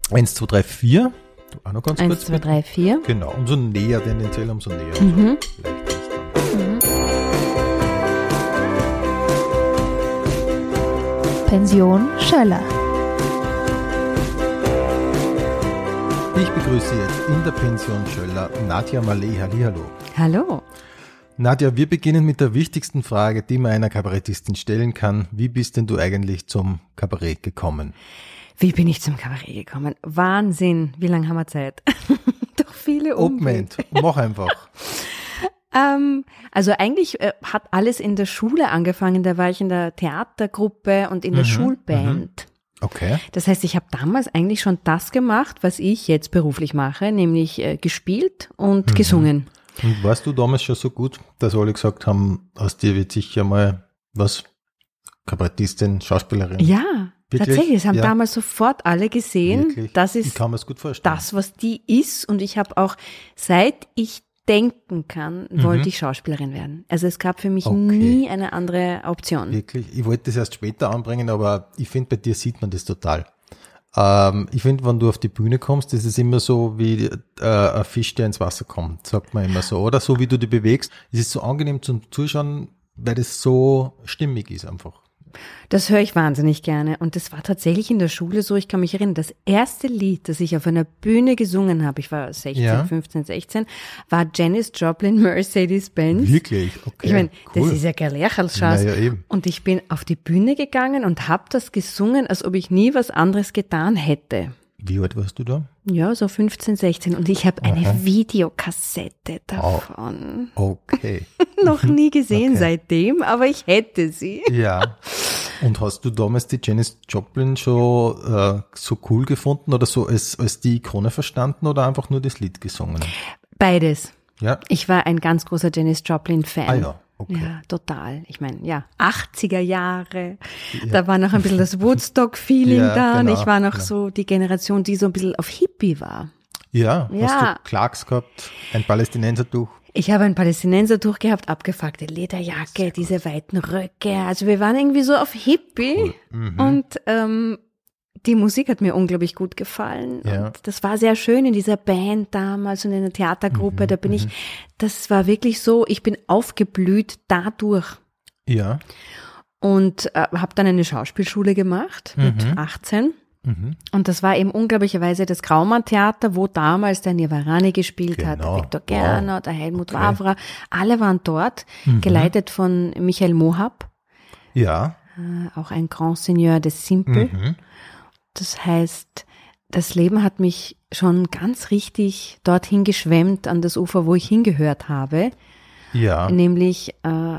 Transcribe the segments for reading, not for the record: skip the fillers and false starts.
1, 2, 3, 4. Du auch noch ganz 1, kurz. 2, 3, 4. Genau, umso näher tendenziell, umso näher. Mhm. Vielleicht ist dann. Pension Schöller. Ich begrüße jetzt in der Pension Schöller Nadja Malé. Hallihallo. Hallo. Nadja, wir beginnen mit der wichtigsten Frage, die man einer Kabarettistin stellen kann. Wie bist denn du eigentlich zum Kabarett gekommen? Wie bin ich zum Kabarett gekommen? Wahnsinn. Wie lange haben wir Zeit? Doch viele Moment, mach einfach. Also eigentlich hat alles in der Schule angefangen. Da war ich in der Theatergruppe und in der Schulband. Okay. Das heißt, ich habe damals eigentlich schon das gemacht, was ich jetzt beruflich mache, nämlich gespielt und gesungen. Und warst du damals schon so gut, dass alle gesagt haben, aus dir wird sicher mal was, Kabarettistin, Schauspielerin? Ja, Wirklich? tatsächlich. Es haben Ja. damals sofort alle gesehen, Wirklich? das Ich ist kann mir das gut vorstellen. das, was die ist. Und ich habe auch, seit ich denken kann, wollte ich Schauspielerin werden. Also es gab für mich nie eine andere Option. Wirklich? Ich wollte das erst später anbringen, aber ich finde, bei dir sieht man das total. Ich finde, wenn du auf die Bühne kommst, das ist immer so wie ein Fisch, der ins Wasser kommt, sagt man immer so. Oder so, wie du dich bewegst. Es ist so angenehm zum Zuschauen, weil das so stimmig ist einfach. Das höre ich wahnsinnig gerne. Und das war tatsächlich in der Schule so, ich kann mich erinnern, das erste Lied, das ich auf einer Bühne gesungen habe, ich war 16, 15, 16, war Janis Joplin, Mercedes-Benz. Wirklich? Okay. Ich meine, cool. das ist ja Gerlerchalschaß. Ja, eben. Und ich bin auf die Bühne gegangen und habe das gesungen, als ob ich nie was anderes getan hätte. Wie alt warst du da? Ja, so 15, 16. Und ich habe eine Videokassette davon. Okay. Noch nie gesehen seitdem, aber ich hätte sie. Ja. Und hast du damals die Janis Joplin schon so cool gefunden oder so als die Ikone verstanden oder einfach nur das Lied gesungen? Beides. Ja. Ich war ein ganz großer Janis Joplin-Fan. Ah ja, okay. Ja, total. Ich meine, ja, 80er Jahre, da war noch ein bisschen das Woodstock-Feeling da. Genau, und ich war noch so die Generation, die so ein bisschen auf Hippie war. Ja, Ja. hast du Clarks gehabt, ein Palästinensertuch? Ich habe ein Palästinensertuch gehabt, abgefuckte Lederjacke, diese weiten Röcke. Also wir waren irgendwie so auf Hippie. Und die Musik hat mir unglaublich gut gefallen. Ja. Und das war sehr schön in dieser Band damals und in der Theatergruppe. Da bin das war wirklich so, ich bin aufgeblüht dadurch. Ja. Und habe dann eine Schauspielschule gemacht mit 18. Und das war eben unglaublicherweise das Graumann-Theater, wo damals der Nirvarani gespielt hat, der Viktor Gerner, der Helmut Wawra. Alle waren dort, geleitet von Michael Mohab, Ja. auch ein Grand Seigneur des Simple. Das heißt, das Leben hat mich schon ganz richtig dorthin geschwemmt, an das Ufer, wo ich hingehört habe. Ja. Nämlich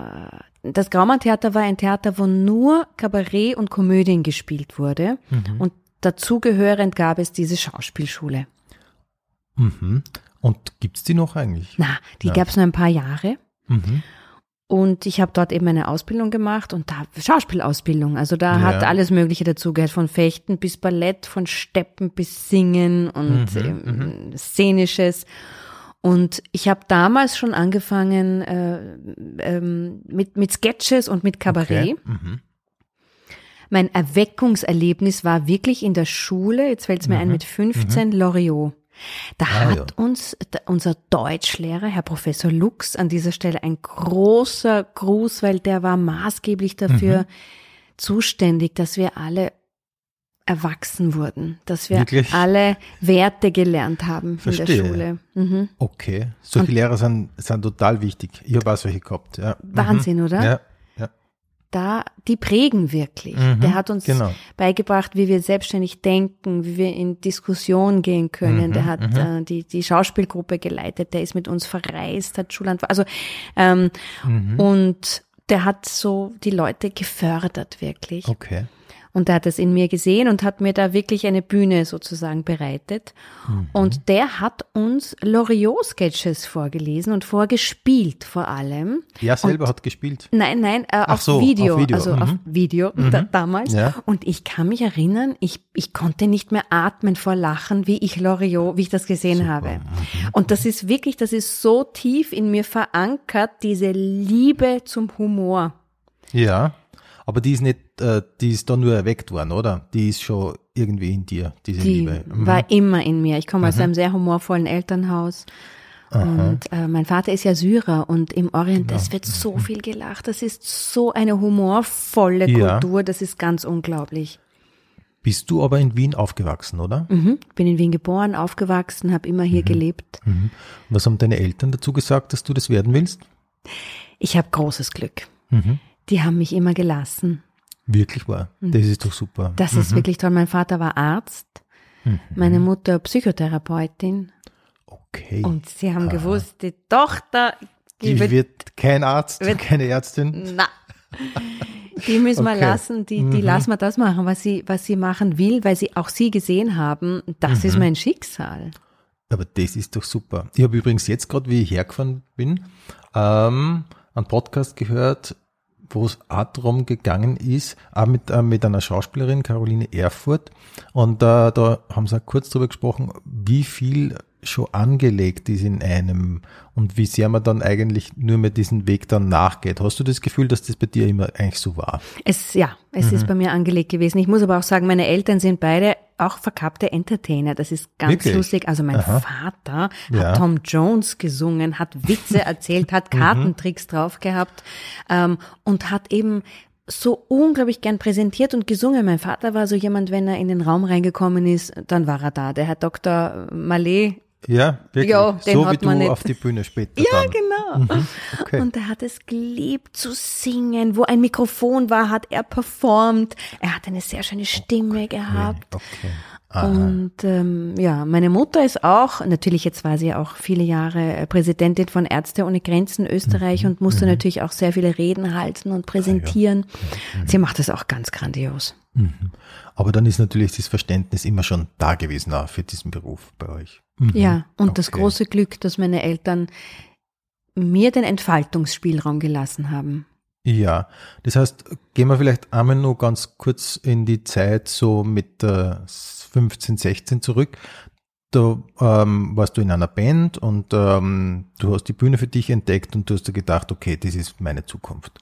das Graumann-Theater war ein Theater, wo nur Kabarett und Komödien gespielt wurde. Und dazugehörend gab es diese Schauspielschule. Und gibt's die noch eigentlich? Na, die gab es nur ein paar Jahre. Und ich habe dort eben eine Ausbildung gemacht und da Schauspielausbildung. Also da hat alles Mögliche dazugehört, von Fechten bis Ballett, von Steppen bis Singen und Szenisches. Und ich habe damals schon angefangen mit Sketches und mit Kabarett. Okay. Mein Erweckungserlebnis war wirklich in der Schule, jetzt fällt es mir ein, mit 15 Loriot. Da hat uns unser Deutschlehrer, Herr Professor Lux, an dieser Stelle ein großer Gruß, weil der war maßgeblich dafür zuständig, dass wir alle erwachsen wurden, dass wir alle Werte gelernt haben in der Schule. Okay, solche Lehrer sind total wichtig. Ich habe auch solche gehabt. Ja. Wahnsinn, oder? Ja. Die prägen wirklich. Der hat uns beigebracht, wie wir selbstständig denken, wie wir in Diskussion gehen können. Der hat die Schauspielgruppe geleitet, der ist mit uns verreist, hat Schulland, also und der hat so die Leute gefördert wirklich. Okay. Und der hat es in mir gesehen und hat mir da wirklich eine Bühne sozusagen bereitet. Und der hat uns Loriot-Sketches vorgelesen und vorgespielt vor allem. Er selber hat gespielt? Nein, auf Video. Also auf Video damals. Ja. Und ich kann mich erinnern, ich konnte nicht mehr atmen vor Lachen, wie ich Loriot, wie ich das gesehen habe. Und das ist wirklich, das ist so tief in mir verankert, diese Liebe zum Humor. Ja. Aber die ist nicht, die ist da nur erweckt worden, oder? Die ist schon irgendwie in dir, diese Die Liebe. war immer in mir. Ich komme aus einem sehr humorvollen Elternhaus. Und mein Vater ist ja Syrer und im Orient, es wird so viel gelacht. Das ist so eine humorvolle Kultur, das ist ganz unglaublich. Bist du aber in Wien aufgewachsen, oder? Bin in Wien geboren, aufgewachsen, habe immer hier gelebt. Was haben deine Eltern dazu gesagt, dass du das werden willst? Ich habe großes Glück. Die haben mich immer gelassen. Wirklich wahr? Das ist doch super. Das ist wirklich toll. Mein Vater war Arzt, meine Mutter Psychotherapeutin. Okay. Und sie haben gewusst, die Tochter, die wird kein Arzt, keine Ärztin. Na, die müssen wir lassen, die lassen wir das machen, was sie machen will, weil auch sie gesehen haben, das ist mein Schicksal. Aber das ist doch super. Ich habe übrigens jetzt gerade, wie ich hergefahren bin, einen Podcast gehört, wo es auch darum gegangen ist, auch mit einer Schauspielerin, Caroline Erfurth. Und da haben sie auch kurz drüber gesprochen, wie viel schon angelegt ist in einem und wie sehr man dann eigentlich nur mehr diesen Weg dann nachgeht. Hast du das Gefühl, dass das bei dir immer eigentlich so war? Es ist bei mir angelegt gewesen. Ich muss aber auch sagen, meine Eltern sind beide auch verkappte Entertainer. Das ist ganz Wirklich? lustig. Also mein Vater hat Tom Jones gesungen, hat Witze erzählt, hat Kartentricks drauf gehabt und hat eben so unglaublich gern präsentiert und gesungen. Mein Vater war so jemand, wenn er in den Raum reingekommen ist, dann war er da. Der Herr Dr. Mallet. Ja, wirklich. Ja, den so hat wie man du nicht. auf die Bühne später Ja, dann. genau. Okay. Und er hat es geliebt zu singen. Wo ein Mikrofon war, hat er performt. Er hat eine sehr schöne Stimme gehabt. Okay. Und meine Mutter ist auch, natürlich jetzt war sie ja auch viele Jahre Präsidentin von Ärzte ohne Grenzen Österreich und musste natürlich auch sehr viele Reden halten und präsentieren. Sie macht das auch ganz grandios. Aber dann ist natürlich das Verständnis immer schon da gewesen auch für diesen Beruf bei euch. Ja, und das große Glück, dass meine Eltern mir den Entfaltungsspielraum gelassen haben. Ja, das heißt, gehen wir vielleicht einmal nur ganz kurz in die Zeit so mit 15, 16 zurück. Da warst du in einer Band und du hast die Bühne für dich entdeckt und du hast dir gedacht, okay, das ist meine Zukunft.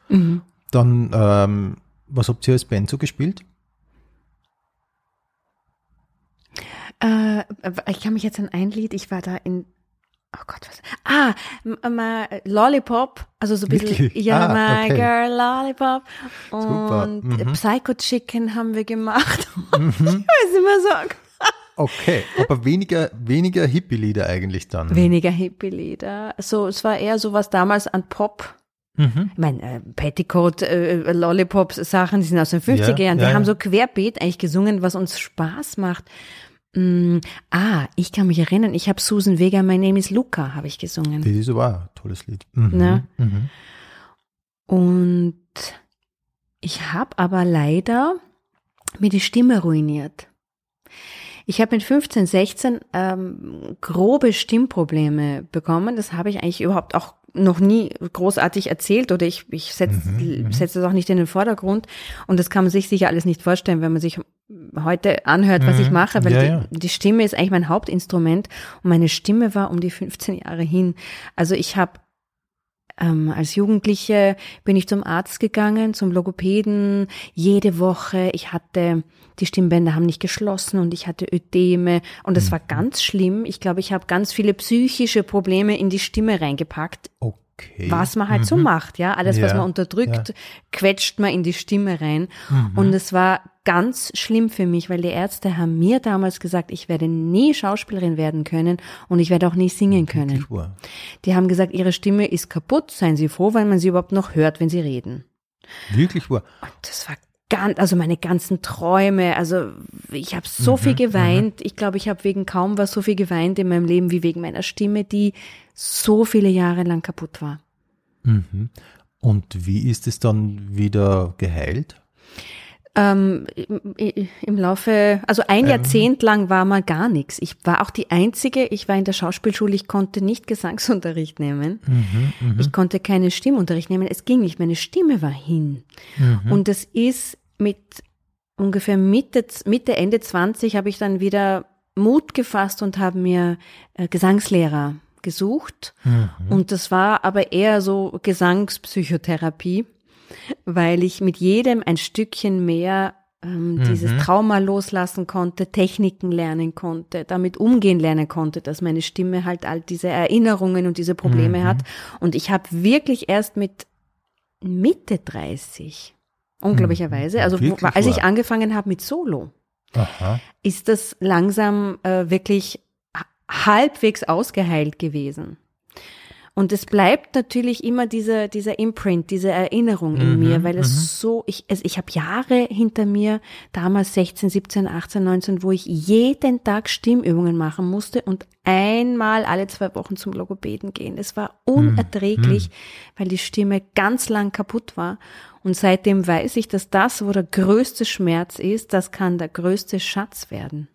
Dann, was habt ihr als Band so gespielt? Ich kann mich jetzt an ein Lied, ich war da in, oh Gott, was? Lollipop, also so ein bisschen, Wirklich? My Okay. Girl Lollipop Super. und Psycho Chicken haben wir gemacht. Ich weiß nicht mehr sagen. Okay, aber weniger Hippie-Lieder eigentlich dann. Weniger Hippie-Lieder. So, es war eher so was damals an Pop. Ich meine, Petticoat, Lollipops-Sachen, die sind aus den 50er Jahren. Wir haben so querbeet eigentlich gesungen, was uns Spaß macht. Ich kann mich erinnern, ich habe Susan Vega, My Name is Luca, habe ich gesungen. Das ist aber auch ein tolles Lied. Ne? Und ich habe aber leider mir die Stimme ruiniert. Ich habe mit 15, 16 grobe Stimmprobleme bekommen. Das habe ich eigentlich überhaupt auch noch nie großartig erzählt oder ich setze das auch nicht in den Vordergrund. Und das kann man sich sicher alles nicht vorstellen, wenn man sich heute anhört, was ich mache, weil die Stimme ist eigentlich mein Hauptinstrument und meine Stimme war um die 15 Jahre hin. Also ich habe als Jugendliche bin ich zum Arzt gegangen, zum Logopäden, jede Woche. Die Stimmbänder haben nicht geschlossen und ich hatte Ödeme und es war ganz schlimm. Ich glaube, ich habe ganz viele psychische Probleme in die Stimme reingepackt. Okay. Was man halt so macht, ja. Alles, was man unterdrückt, quetscht man in die Stimme rein. Und es war ganz schlimm für mich, weil die Ärzte haben mir damals gesagt, ich werde nie Schauspielerin werden können und ich werde auch nie singen können. Die haben gesagt, ihre Stimme ist kaputt, seien Sie froh, weil man sie überhaupt noch hört, wenn sie reden. Wirklich wahr? Und das war also meine ganzen Träume, also ich habe so viel geweint. Ich glaube, ich habe wegen kaum was so viel geweint in meinem Leben wie wegen meiner Stimme, die so viele Jahre lang kaputt war. Und wie ist es dann wieder geheilt? Im Laufe, also ein Jahrzehnt lang war mal gar nichts. Ich war auch die Einzige, ich war in der Schauspielschule, ich konnte nicht Gesangsunterricht nehmen. Ich konnte keinen Stimmunterricht nehmen. Es ging nicht, meine Stimme war hin. Und es ist mit ungefähr Mitte, Ende 20 habe ich dann wieder Mut gefasst und habe mir Gesangslehrer gesucht. Und das war aber eher so Gesangspsychotherapie. weil ich mit jedem ein Stückchen mehr dieses Trauma loslassen konnte, Techniken lernen konnte, damit umgehen lernen konnte, dass meine Stimme halt all diese Erinnerungen und diese Probleme hat. Und ich habe wirklich erst mit Mitte 30, unglaublicherweise, also als ich angefangen habe mit Solo, ist das langsam wirklich halbwegs ausgeheilt gewesen. Und es bleibt natürlich immer dieser Imprint, diese Erinnerung in mir, weil es so, ich habe Jahre hinter mir, damals 16, 17, 18, 19, wo ich jeden Tag Stimmübungen machen musste und einmal alle 2 Wochen zum Logopäden gehen. Es war unerträglich, weil die Stimme ganz lang kaputt war. Und seitdem weiß ich, dass das, wo der größte Schmerz ist, das kann der größte Schatz werden.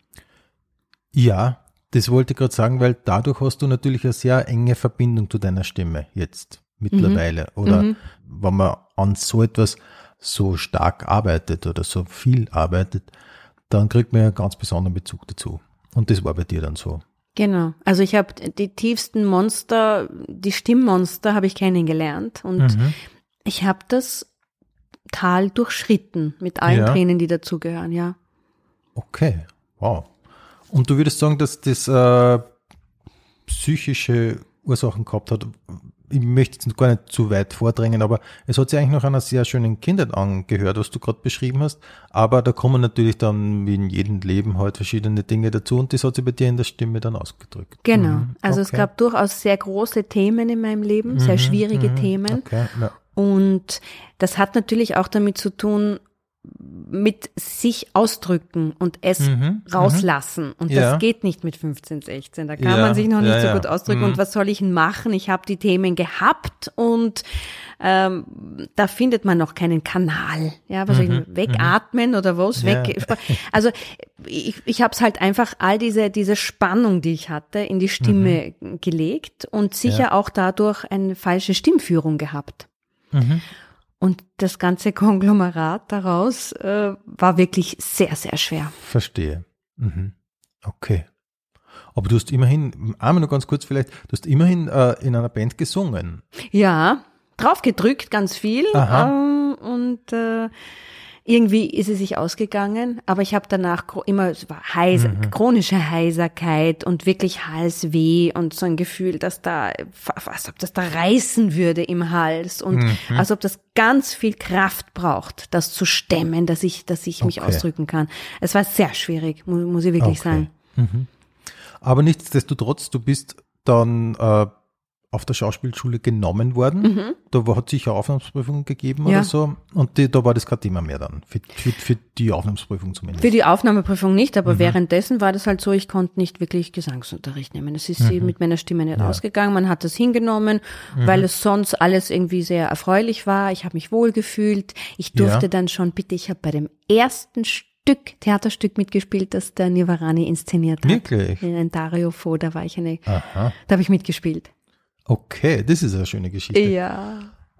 Ja, das wollte ich gerade sagen, weil dadurch hast du natürlich eine sehr enge Verbindung zu deiner Stimme jetzt mittlerweile. Oder wenn man an so etwas so stark arbeitet oder so viel arbeitet, dann kriegt man ja einen ganz besonderen Bezug dazu. Und das war bei dir dann so. Genau. Also ich habe die tiefsten Monster, die Stimmmonster habe ich kennengelernt und ich habe das Tal durchschritten mit allen Tränen, die dazugehören, ja. Okay, wow. Und du würdest sagen, dass das psychische Ursachen gehabt hat? Ich möchte jetzt gar nicht zu weit vordrängen, aber es hat sich eigentlich nach einer sehr schönen Kindheit angehört, was du gerade beschrieben hast. Aber da kommen natürlich dann wie in jedem Leben halt verschiedene Dinge dazu und das hat sich bei dir in der Stimme dann ausgedrückt. Genau. Also es gab durchaus sehr große Themen in meinem Leben, sehr schwierige Themen. Okay, ja. Und das hat natürlich auch damit zu tun, mit sich ausdrücken und es rauslassen. Und das geht nicht mit 15, 16. Da kann man sich noch nicht so gut ausdrücken. Und was soll ich denn machen? Ich habe die Themen gehabt und da findet man noch keinen Kanal. Ja, was soll ich wegatmen oder was? Also ich habe es halt einfach all diese Spannung, die ich hatte, in die Stimme gelegt und sicher auch dadurch eine falsche Stimmführung gehabt. Und das ganze Konglomerat daraus war wirklich sehr, sehr schwer. Verstehe. Okay. Aber du hast immerhin, einmal noch ganz kurz vielleicht, du hast immerhin in einer Band gesungen. Ja, draufgedrückt ganz viel. Und irgendwie ist es sich ausgegangen, aber ich habe danach immer, es war chronische Heiserkeit und wirklich Halsweh und so ein Gefühl, dass da, als ob das da reißen würde im Hals und als ob das ganz viel Kraft braucht, das zu stemmen, dass ich mich ausdrücken kann. Es war sehr schwierig, muss ich wirklich sagen. Aber nichtsdestotrotz, du bist dann auf der Schauspielschule genommen worden. Da hat es sicher Aufnahmeprüfungen gegeben oder so. Und da war das kein Thema mehr dann, für die Aufnahmeprüfung zumindest. Für die Aufnahmeprüfung nicht, aber währenddessen war das halt so, ich konnte nicht wirklich Gesangsunterricht nehmen. Es ist mit meiner Stimme nicht ausgegangen. Man hat das hingenommen, weil es sonst alles irgendwie sehr erfreulich war. Ich habe mich wohl gefühlt. Ich durfte dann schon, ich habe bei dem ersten Theaterstück mitgespielt, das der Nivarani inszeniert hat. Wirklich? In Dario Fo, da war ich da habe ich mitgespielt. Okay, das ist eine schöne Geschichte. Ja.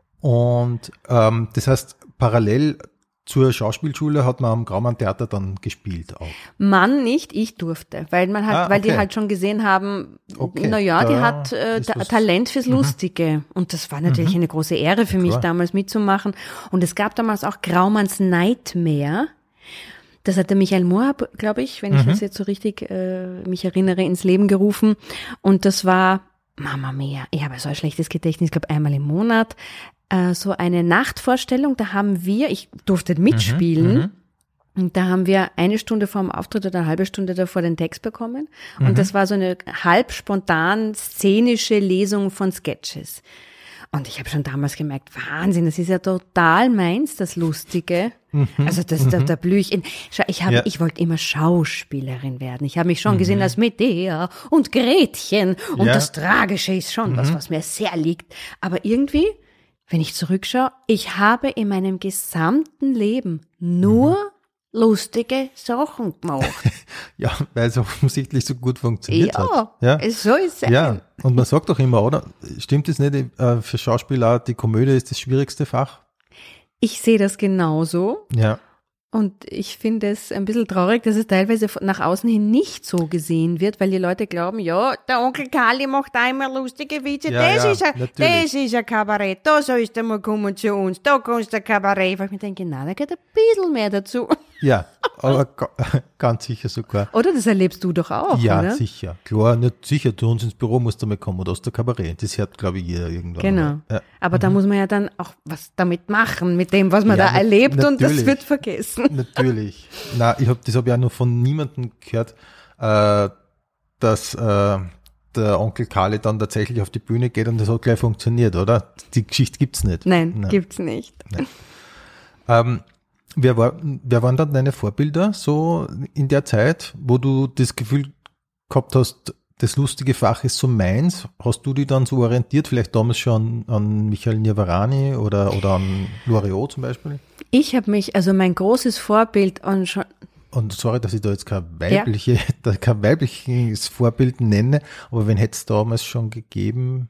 Und das heißt, parallel zur Schauspielschule hat man am Graumann-Theater dann gespielt auch. Man nicht, ich durfte, weil man halt, weil die halt schon gesehen haben, die hat Talent fürs Lustige. Und das war natürlich eine große Ehre für mich, damals mitzumachen. Und es gab damals auch Graumanns Nightmare. Das hat der Michael Mohr, glaube ich, wenn ich das jetzt so richtig mich erinnere, ins Leben gerufen. Und das war Mama mia, ich habe so ein schlechtes Gedächtnis, ich glaube einmal im Monat, so eine Nachtvorstellung, ich durfte mitspielen und da haben wir 1 Stunde vor dem Auftritt oder eine halbe Stunde davor den Text bekommen und das war so eine halb spontan szenische Lesung von Sketches. Und ich habe schon damals gemerkt, Wahnsinn, das ist ja total meins, das Lustige. Also da blühe ich in. Ich wollte immer Schauspielerin werden. Ich habe mich schon gesehen als Medea und Gretchen. Und das Tragische ist schon was mir sehr liegt. Aber irgendwie, wenn ich zurückschaue, ich habe in meinem gesamten Leben nur lustige Sachen gemacht. Ja, weil es offensichtlich so gut funktioniert hat. Ja, so ist es. Ja, und man sagt doch immer, oder? Stimmt es nicht, für Schauspieler, die Komödie ist das schwierigste Fach? Ich sehe das genauso. Ja. Und ich finde es ein bisschen traurig, dass es teilweise nach außen hin nicht so gesehen wird, weil die Leute glauben, ja, der Onkel Karli macht auch immer lustige Witze, das ist ein Kabarett, da sollst du mal kommen zu uns, da kannst du ein Kabarett. Weil ich mir denke, na, da geht ein bisschen mehr dazu. Ja, aber ganz sicher sogar. Oder das erlebst du doch auch, ja, oder? Ja, sicher. Klar, nicht sicher, zu uns ins Büro musst du mal kommen, oder aus der Kabarett. Das hört, glaube ich, jeder irgendwann. Genau. Ja. Aber da muss man ja dann auch was damit machen, mit dem, was man da erlebt, und das wird vergessen. Natürlich. Das habe ich auch noch von niemandem gehört, dass der Onkel Karli dann tatsächlich auf die Bühne geht und das hat gleich funktioniert, oder? Die Geschichte gibt's nicht. Nein. Gibt's nicht. Wer waren dann deine Vorbilder so in der Zeit, wo du das Gefühl gehabt hast, das lustige Fach ist so meins? Hast du dich dann so orientiert, vielleicht damals schon an Michael Niavarani oder an Loriot zum Beispiel? Ich habe mich, also mein großes Vorbild und sorry, dass ich da jetzt kein weibliches Vorbild nenne, aber wen hätte es damals schon gegeben?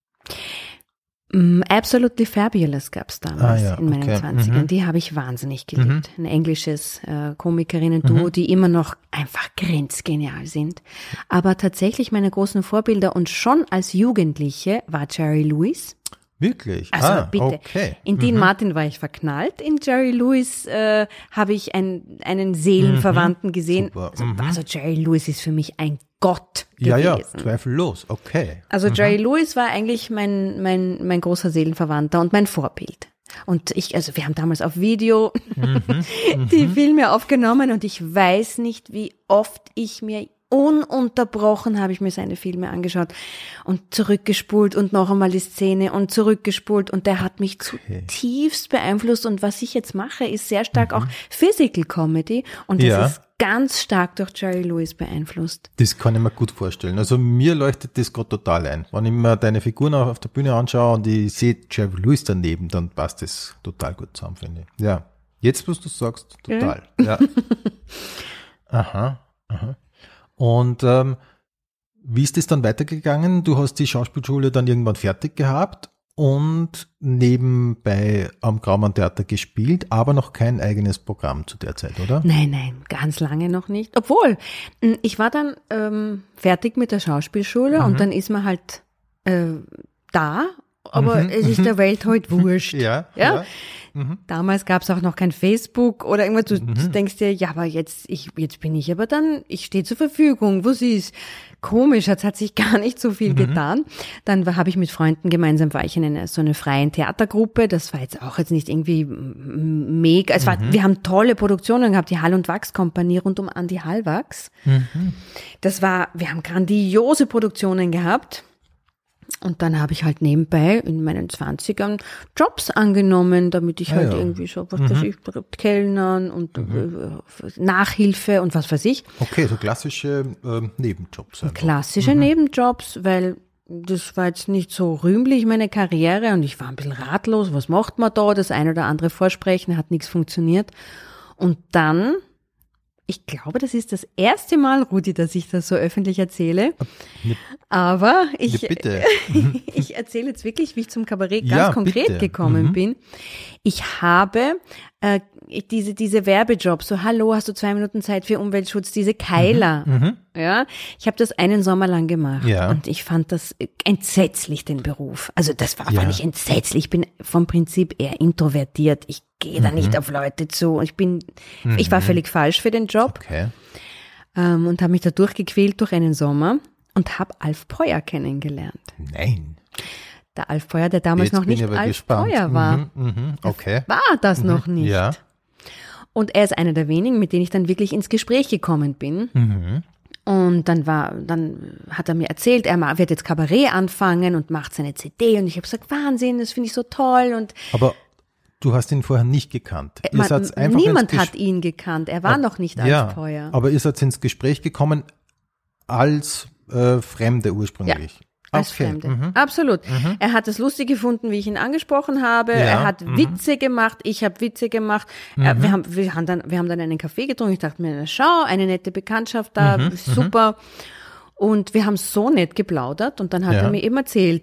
Absolutely Fabulous gab es damals in meinen 20ern. Die habe ich wahnsinnig geliebt. Ein englisches Komikerinnen-Duo, die immer noch einfach grenzgenial sind. Aber tatsächlich meine großen Vorbilder und schon als Jugendliche war Jerry Lewis. Wirklich? Also bitte. Okay. In Dean Martin war ich verknallt. In Jerry Lewis habe ich einen Seelenverwandten gesehen. Also Jerry Lewis ist für mich ein Gott gewesen. Ja, zweifellos. Okay. Also Jerry Lewis war eigentlich mein großer Seelenverwandter und mein Vorbild. Und wir haben damals auf Video die Filme aufgenommen und ich weiß nicht, wie oft ich mir ununterbrochen habe ich mir seine Filme angeschaut und zurückgespult und noch einmal die Szene und zurückgespult und der hat mich zutiefst beeinflusst und was ich jetzt mache, ist sehr stark auch Physical Comedy und das ist ganz stark durch Jerry Lewis beeinflusst. Das kann ich mir gut vorstellen. Also mir leuchtet das gerade total ein. Wenn ich mir deine Figuren auf der Bühne anschaue und ich sehe Jerry Lewis daneben, dann passt das total gut zusammen, finde ich. Ja, jetzt, was du sagst, total. Ja. Aha. Und wie ist das dann weitergegangen? Du hast die Schauspielschule dann irgendwann fertig gehabt und nebenbei am Graumann Theater gespielt, aber noch kein eigenes Programm zu der Zeit, oder? Nein, ganz lange noch nicht. Obwohl, ich war dann fertig mit der Schauspielschule und dann ist man halt da, aber es ist der Welt halt wurscht. Ja. Damals gab es auch noch kein Facebook oder irgendwas. Du denkst dir, ja, aber jetzt bin ich aber dann, ich stehe zur Verfügung. Was ist? Komisch, es hat sich gar nicht so viel getan. Dann habe ich mit Freunden gemeinsam, war ich in so einer freien Theatergruppe. Das war jetzt auch nicht irgendwie mega. Wir haben tolle Produktionen gehabt, die Hall- und Wachs-Kompanie rund um Andi Hallwachs. Wir haben grandiose Produktionen gehabt. Und dann habe ich halt nebenbei in meinen 20ern Jobs angenommen, damit ich irgendwie so, was weiß ich, Kellnern und Nachhilfe und was weiß ich. Okay, so klassische Nebenjobs. Einfach. Klassische Nebenjobs, weil das war jetzt nicht so rühmlich, meine Karriere, und ich war ein bisschen ratlos. Was macht man da? Das eine oder andere Vorsprechen, hat nichts funktioniert. Und dann, ich glaube, das ist das erste Mal, Rudi, dass ich das so öffentlich erzähle. Aber ich erzähle jetzt wirklich, wie ich zum Kabarett ganz konkret gekommen bin. Ich habe diese Werbejobs, so hallo, hast du 2 Minuten Zeit für Umweltschutz, diese Keiler. Ja, ich habe das einen Sommer lang gemacht und ich fand das entsetzlich, den Beruf. Also das war einfach nicht entsetzlich. Ich bin vom Prinzip eher introvertiert. Ich gehe da nicht auf Leute zu. Ich war völlig falsch für den Job und habe mich da durchgequält durch einen Sommer und habe Alf Peuer kennengelernt. Nein. Der Alf Peuer, der damals noch nicht Alf Peuer war. Okay. War das noch nicht. Ja. Und er ist einer der wenigen, mit denen ich dann wirklich ins Gespräch gekommen bin. Und dann hat er mir erzählt, er wird jetzt Kabarett anfangen und macht seine CD. Und ich habe gesagt, Wahnsinn, das finde ich so toll. Aber du hast ihn vorher nicht gekannt. Niemand hat ihn gekannt. Er war noch nicht Alf Peuer. Aber ihr seid ins Gespräch gekommen als Fremde ursprünglich. Ja. Als Fremde. Absolut. Er hat es lustig gefunden, wie ich ihn angesprochen habe. Er hat Witze gemacht, ich habe Witze gemacht. Wir haben dann einen Kaffee getrunken. Ich dachte mir, schau, eine nette Bekanntschaft da, super. Und wir haben so nett geplaudert und dann hat er mir eben erzählt.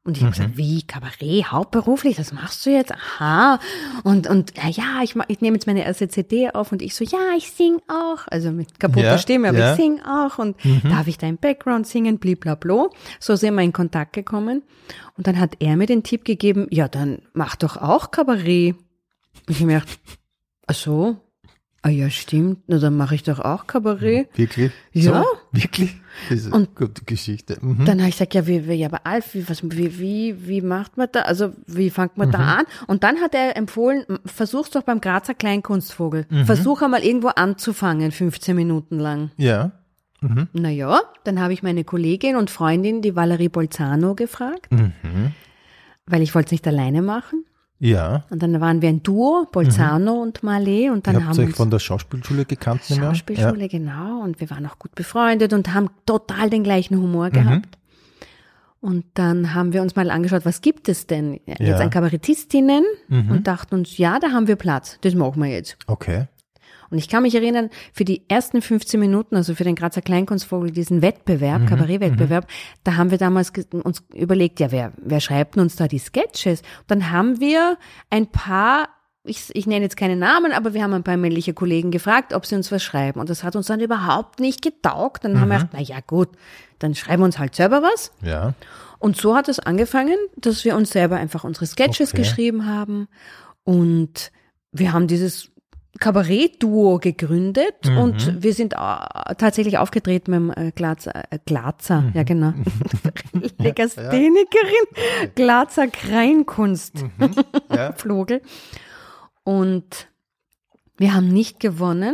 Und ich habe gesagt, wie, Kabarett, hauptberuflich, das machst du jetzt? Aha. Und ja, ich nehme jetzt meine erste CD auf und ich so, ja, ich sing auch. Also mit kaputter Stimme, aber ich sing auch. Und darf ich da im Background singen, bliblablo. So sind wir in Kontakt gekommen. Und dann hat er mir den Tipp gegeben, ja, dann mach doch auch Kabarett. Und ich habe mir gedacht, ach so, ah ja, stimmt, na dann mache ich doch auch Kabarett. Wirklich? Ja. So? Wirklich? Das ist eine gute Geschichte. Dann habe ich gesagt, ja, aber Alf, wie macht man da, also wie fängt man da an? Und dann hat er empfohlen, versuch's doch beim Grazer Kleinkunstvogel. Versuch einmal irgendwo anzufangen, 15 Minuten lang. Ja. Naja, dann habe ich meine Kollegin und Freundin, die Valerie Bolzano, gefragt, weil ich wollte es nicht alleine machen. Ja. Und dann waren wir ein Duo, Bolzano und Marley. Und dann Ihr habt haben euch uns von der Schauspielschule gekannt? Schauspielschule, genau. Und wir waren auch gut befreundet und haben total den gleichen Humor gehabt. Und dann haben wir uns mal angeschaut, was gibt es denn jetzt an Kabarettistinnen? Und dachten uns, ja, da haben wir Platz. Das machen wir jetzt. Okay. Und ich kann mich erinnern, für die ersten 15 Minuten, also für den Grazer Kleinkunstvogel, diesen Wettbewerb, Kabarettwettbewerb, da haben wir damals uns überlegt, ja, wer schreibt uns da die Sketches? Und dann haben wir ein paar, ich nenne jetzt keine Namen, aber wir haben ein paar männliche Kollegen gefragt, ob sie uns was schreiben. Und das hat uns dann überhaupt nicht getaugt. Dann haben wir gedacht, na ja, gut, dann schreiben wir uns halt selber was. Ja. Und so hat es angefangen, dass wir uns selber einfach unsere Sketches geschrieben haben. Und wir haben dieses Kabarett-Duo gegründet und wir sind tatsächlich aufgetreten mit dem Glatzer, ja genau, Legasthenikerin, Glatzer Kleinkunst, Vogel. Und wir haben nicht gewonnen,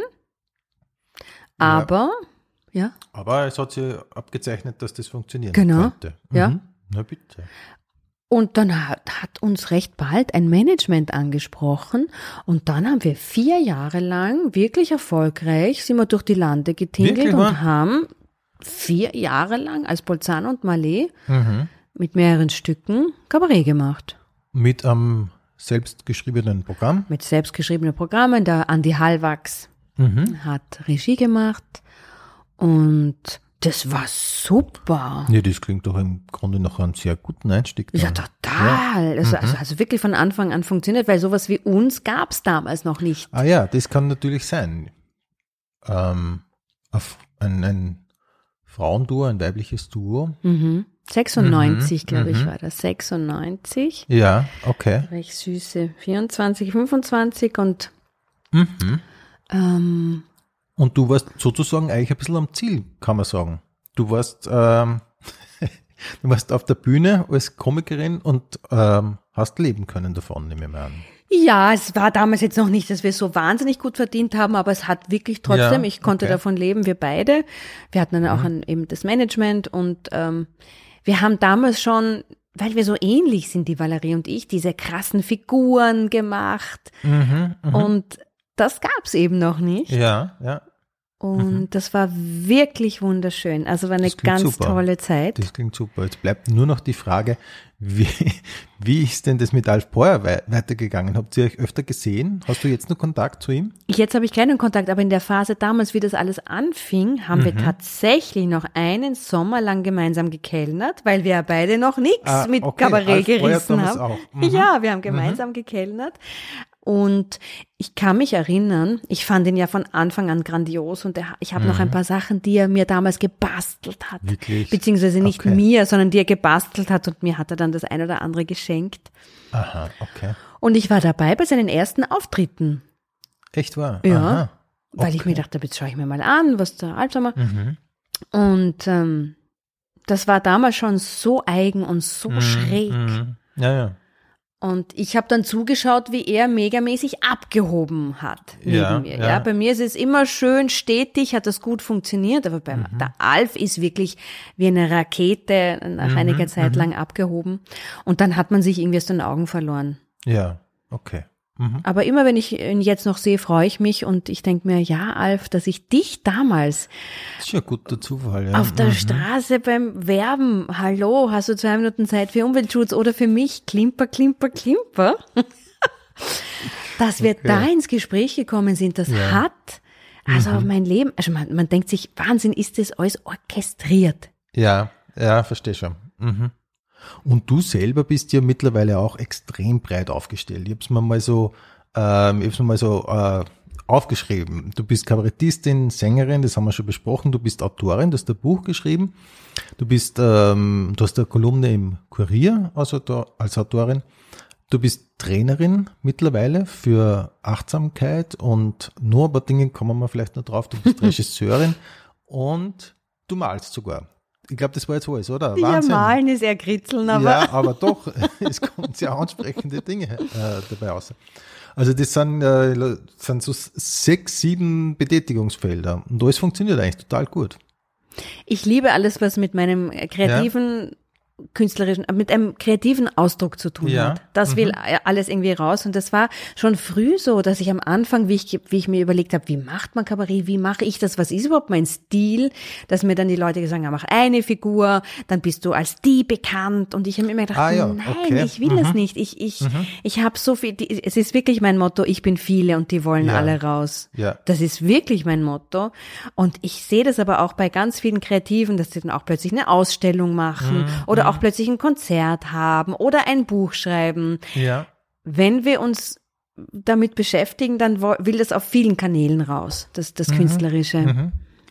aber, Aber es hat sich abgezeichnet, dass das funktionieren könnte. Ja. Na bitte. Und dann hat uns recht bald ein Management angesprochen und dann haben wir 4 Jahre lang wirklich erfolgreich, sind wir durch die Lande getingelt und haben 4 Jahre lang als Bolzano und Marley mit mehreren Stücken Kabarett gemacht. Mit einem selbstgeschriebenen Programm? Mit selbstgeschriebenen Programmen. Der Andi Hallwachs hat Regie gemacht und das war super. Ja, das klingt doch im Grunde nach einem sehr guten Einstieg. Dann. Ja, total. Ja. Also wirklich von Anfang an funktioniert, weil sowas wie uns gab es damals noch nicht. Ah ja, das kann natürlich sein. Ein Frauenduo, ein weibliches Duo. 96, glaube ich, war das. 96. Ja, okay. Recht süße 24, 25 und und du warst sozusagen eigentlich ein bisschen am Ziel, kann man sagen. Du warst auf der Bühne als Komikerin und hast leben können davon, nehme ich mal an. Ja, es war damals jetzt noch nicht, dass wir so wahnsinnig gut verdient haben, aber es hat wirklich trotzdem, ich konnte davon leben, wir beide. Wir hatten dann auch eben das Management und wir haben damals schon, weil wir so ähnlich sind, die Valerie und ich, diese krassen Figuren gemacht und das gab's eben noch nicht. Ja, ja. Und das war wirklich wunderschön. Also war eine ganz tolle Zeit. Das klingt super. Jetzt bleibt nur noch die Frage, wie ist denn das mit Alf Breuer weitergegangen? Habt ihr euch öfter gesehen? Hast du jetzt noch Kontakt zu ihm? Jetzt habe ich keinen Kontakt, aber in der Phase damals, wie das alles anfing, haben wir tatsächlich noch einen Sommer lang gemeinsam gekellnert, weil wir ja beide noch nichts mit Kabarett gerissen haben. Auch. Ja, wir haben gemeinsam gekellnert. Und ich kann mich erinnern, ich fand ihn ja von Anfang an grandios und ich habe noch ein paar Sachen, die er mir damals gebastelt hat. Wirklich? Beziehungsweise nicht mir, sondern die er gebastelt hat und mir hat er dann das ein oder andere geschenkt. Aha, okay. Und ich war dabei bei seinen ersten Auftritten. Echt wahr? Ja, aha, weil ich mir dachte, jetzt schaue ich mir mal an, was der Alf macht. Und das war damals schon so eigen und so schräg. Ja, ja. Und ich habe dann zugeschaut, wie er megamäßig abgehoben hat neben mir. Ja, bei mir ist es immer schön stetig, hat das gut funktioniert, aber der Alf ist wirklich wie eine Rakete nach einiger Zeit lang abgehoben. Und dann hat man sich irgendwie aus den Augen verloren. Ja, okay. Aber immer wenn ich ihn jetzt noch sehe, freue ich mich und ich denke mir, ja, Alf, dass ich dich damals das ist ja ein guter Zufall, ja. auf der Straße beim Werben, hallo, hast du 2 Minuten Zeit für Umweltschutz oder für mich, klimper, klimper, klimper, dass wir da ins Gespräch gekommen sind, das hat, also mein Leben, also man denkt sich, Wahnsinn, ist das alles orchestriert. Ja, verstehe schon. Und du selber bist ja mittlerweile auch extrem breit aufgestellt. Ich habe es mir mal so, aufgeschrieben. Du bist Kabarettistin, Sängerin, das haben wir schon besprochen. Du bist Autorin, du hast ein Buch geschrieben. Du hast eine Kolumne im Kurier als Autorin. Du bist Trainerin mittlerweile für Achtsamkeit und nur ein paar Dinge kommen wir vielleicht noch drauf. Du bist Regisseurin und du malst sogar. Ich glaube, das war jetzt alles, oder? Wahnsinn. Ja, malen ist eher kritzeln, aber... Ja, aber doch, es kommen sehr ansprechende Dinge dabei raus. Also das sind so 6, 7 Betätigungsfelder und alles funktioniert eigentlich total gut. Ich liebe alles, was mit meinem kreativen, künstlerischen, mit einem kreativen Ausdruck zu tun hat. Das will alles irgendwie raus. Und das war schon früh so, dass ich am Anfang, wie ich mir überlegt habe, wie macht man Kabarett, wie mache ich das, was ist überhaupt mein Stil, dass mir dann die Leute gesagt haben, mach eine Figur, dann bist du als die bekannt. Und ich habe mir immer gedacht, nein, ich will das nicht. Ich habe so viel, es ist wirklich mein Motto, ich bin viele und die wollen alle raus. Ja. Das ist wirklich mein Motto. Und ich sehe das aber auch bei ganz vielen Kreativen, dass sie dann auch plötzlich eine Ausstellung machen oder auch plötzlich ein Konzert haben oder ein Buch schreiben. Ja. Wenn wir uns damit beschäftigen, dann will das auf vielen Kanälen raus, das Künstlerische.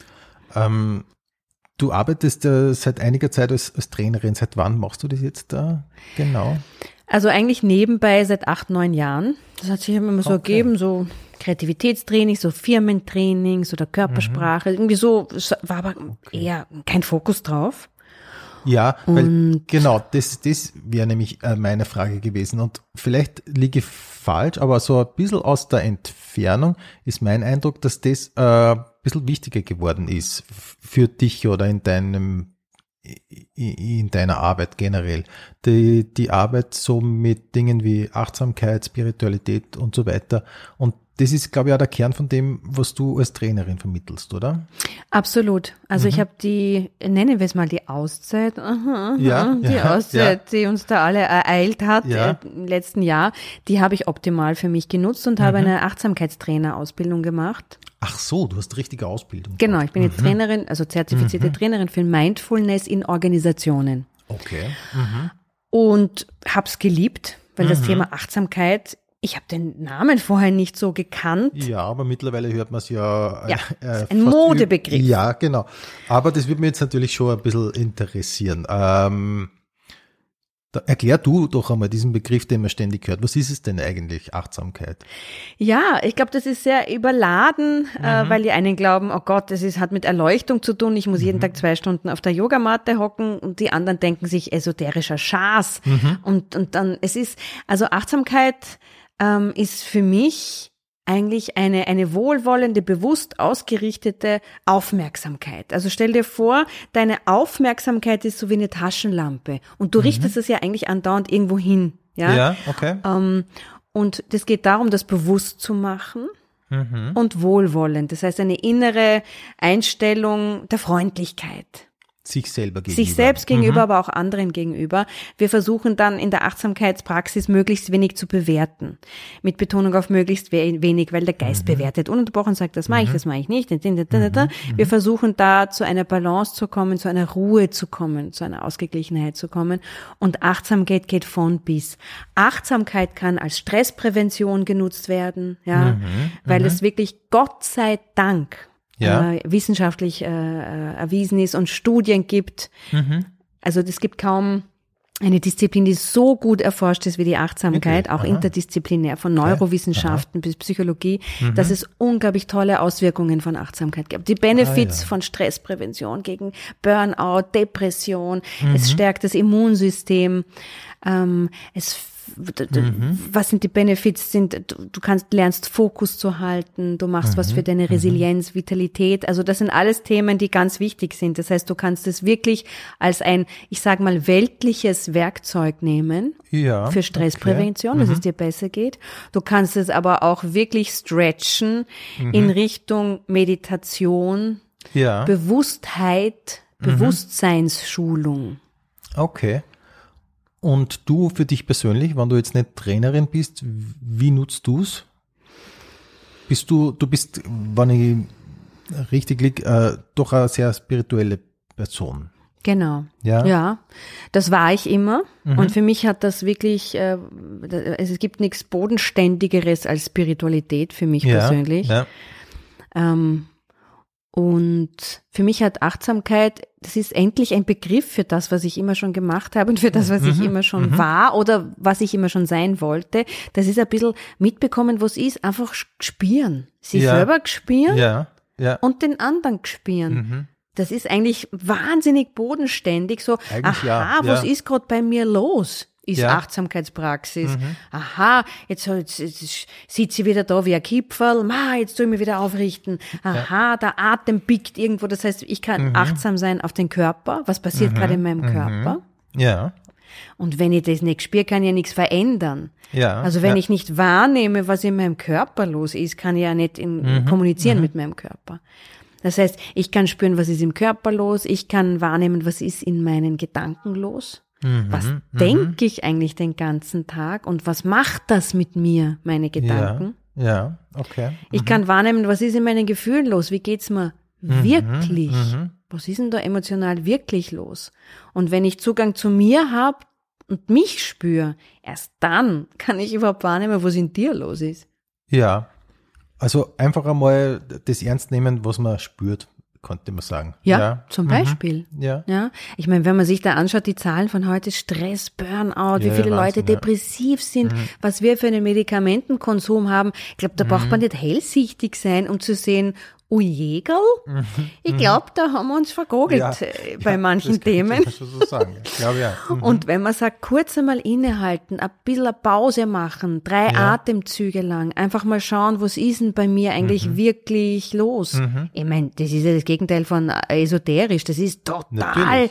Du arbeitest seit einiger Zeit als Trainerin. Seit wann machst du das jetzt da genau? Also eigentlich nebenbei seit 8, 9 Jahren. Das hat sich immer so ergeben, so Kreativitätstraining, so Firmentrainings oder Körpersprache. Irgendwie so, war aber eher kein Fokus drauf. Ja, weil genau, das wäre nämlich meine Frage gewesen und vielleicht liege ich falsch, aber so ein bisschen aus der Entfernung ist mein Eindruck, dass das ein bisschen wichtiger geworden ist für dich oder in deiner Arbeit generell. Die Arbeit so mit Dingen wie Achtsamkeit, Spiritualität und so weiter und das ist, glaube ich, auch der Kern von dem, was du als Trainerin vermittelst, oder? Absolut. Also ich habe nennen wir es mal die Auszeit, Auszeit, die uns da alle ereilt hat im letzten Jahr, die habe ich optimal für mich genutzt und habe eine Achtsamkeitstrainer-Ausbildung gemacht. Ach so, du hast richtige Ausbildung. Genau, ich bin jetzt Trainerin, also zertifizierte Trainerin für Mindfulness in Organisationen. Okay. Und hab's geliebt, weil das Thema Achtsamkeit, ich habe den Namen vorher nicht so gekannt. Ja, aber mittlerweile hört man es ja. Ein Modebegriff. Ja, genau. Aber das würde mich jetzt natürlich schon ein bisschen interessieren. Erklär du doch einmal diesen Begriff, den man ständig hört. Was ist es denn eigentlich, Achtsamkeit? Ja, ich glaube, das ist sehr überladen, weil die einen glauben, oh Gott, hat mit Erleuchtung zu tun. Ich muss jeden Tag 2 Stunden auf der Yogamatte hocken und die anderen denken sich esoterischer Schaß. Und dann, also Achtsamkeit ist für mich eigentlich eine wohlwollende, bewusst ausgerichtete Aufmerksamkeit. Also stell dir vor, deine Aufmerksamkeit ist so wie eine Taschenlampe und du richtest es ja eigentlich andauernd irgendwo hin. Ja, okay. Und das geht darum, das bewusst zu machen und wohlwollend. Das heißt, eine innere Einstellung der Freundlichkeit. Sich selber gegenüber. Sich selbst gegenüber, aber auch anderen gegenüber. Wir versuchen dann in der Achtsamkeitspraxis möglichst wenig zu bewerten. Mit Betonung auf möglichst wenig, weil der Geist bewertet ununterbrochen und sagt, das mache ich nicht. Wir versuchen da zu einer Balance zu kommen, zu einer Ruhe zu kommen, zu einer Ausgeglichenheit zu kommen. Und Achtsamkeit geht von bis. Achtsamkeit kann als Stressprävention genutzt werden, weil es wirklich Gott sei Dank wissenschaftlich erwiesen ist und Studien gibt. Also es gibt kaum eine Disziplin, die so gut erforscht ist wie die Achtsamkeit, auch interdisziplinär, von Neurowissenschaften bis Psychologie, dass es unglaublich tolle Auswirkungen von Achtsamkeit gibt. Die Benefits von Stressprävention gegen Burnout, Depression, es stärkt das Immunsystem, was sind die Benefits? Du lernst Fokus zu halten, du machst was für deine Resilienz, Vitalität. Also das sind alles Themen, die ganz wichtig sind. Das heißt, du kannst es wirklich als ein, ich sage mal, weltliches Werkzeug nehmen für Stressprävention, dass es dir besser geht. Du kannst es aber auch wirklich stretchen in Richtung Meditation, Bewusstheit, Bewusstseinsschulung. Okay. Und du für dich persönlich, wenn du jetzt nicht Trainerin bist, wie nutzt du es? Du bist, wenn ich richtig liege, doch eine sehr spirituelle Person. Genau. Ja. Ja, das war ich immer. Und für mich hat das wirklich, es gibt nichts Bodenständigeres als Spiritualität für mich persönlich. Ja. Und für mich hat Achtsamkeit, das ist endlich ein Begriff für das, was ich immer schon gemacht habe und für das, was ich immer schon war oder was ich immer schon sein wollte. Das ist ein bisschen mitbekommen, was ist, einfach spüren. Sich selber spüren und den anderen spüren. Das ist eigentlich wahnsinnig bodenständig, so, Eigentlich was ist gerade bei mir los? Ist Achtsamkeitspraxis. Aha, jetzt sitzt sie wieder da wie ein Kipferl. Jetzt soll ich mich wieder aufrichten. Aha, der Atem biegt irgendwo. Das heißt, ich kann achtsam sein auf den Körper. Was passiert gerade in meinem Körper? Ja. Und wenn ich das nicht spüre, kann ich ja nichts verändern. Ja. Also wenn ich nicht wahrnehme, was in meinem Körper los ist, kann ich ja nicht kommunizieren mit meinem Körper. Das heißt, ich kann spüren, was ist im Körper los. Ich kann wahrnehmen, was ist in meinen Gedanken los. Was denke ich eigentlich den ganzen Tag und was macht das mit mir, meine Gedanken? Ja, okay. Ich kann wahrnehmen, was ist in meinen Gefühlen los? Wie geht's mir wirklich? Was ist denn da emotional wirklich los? Und wenn ich Zugang zu mir habe und mich spüre, erst dann kann ich überhaupt wahrnehmen, was in dir los ist. Ja, also einfach einmal das ernst nehmen, was man spürt. Konnte man sagen. Ja, zum Beispiel. Ja. Ich meine, wenn man sich da anschaut, die Zahlen von heute, Stress, Burnout, wie viele Leute depressiv sind, was wir für einen Medikamentenkonsum haben, ich glaube, da braucht man nicht hellsichtig sein, um zu sehen, Jägerl, ich glaube, da haben wir uns vergogelt bei manchen Themen. Das kann so sagen. Ich glaube, ja. Und wenn man sagt, kurz einmal innehalten, ein bisschen eine Pause machen, 3 Atemzüge lang, einfach mal schauen, was ist denn bei mir eigentlich wirklich los? Ich meine, das ist ja das Gegenteil von esoterisch, das ist total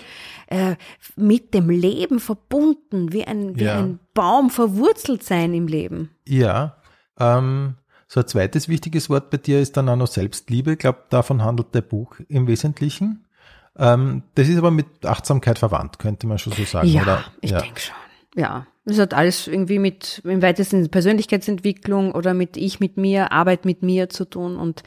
mit dem Leben verbunden, wie ein Baum verwurzelt sein im Leben. Ja, so ein zweites wichtiges Wort bei dir ist dann auch noch Selbstliebe. Ich glaube, davon handelt der Buch im Wesentlichen. Das ist aber mit Achtsamkeit verwandt, könnte man schon so sagen, ja, oder? Ich denke schon. Ja, das hat alles irgendwie mit im weitesten Persönlichkeitsentwicklung oder mit mir, Arbeit mit mir zu tun. Und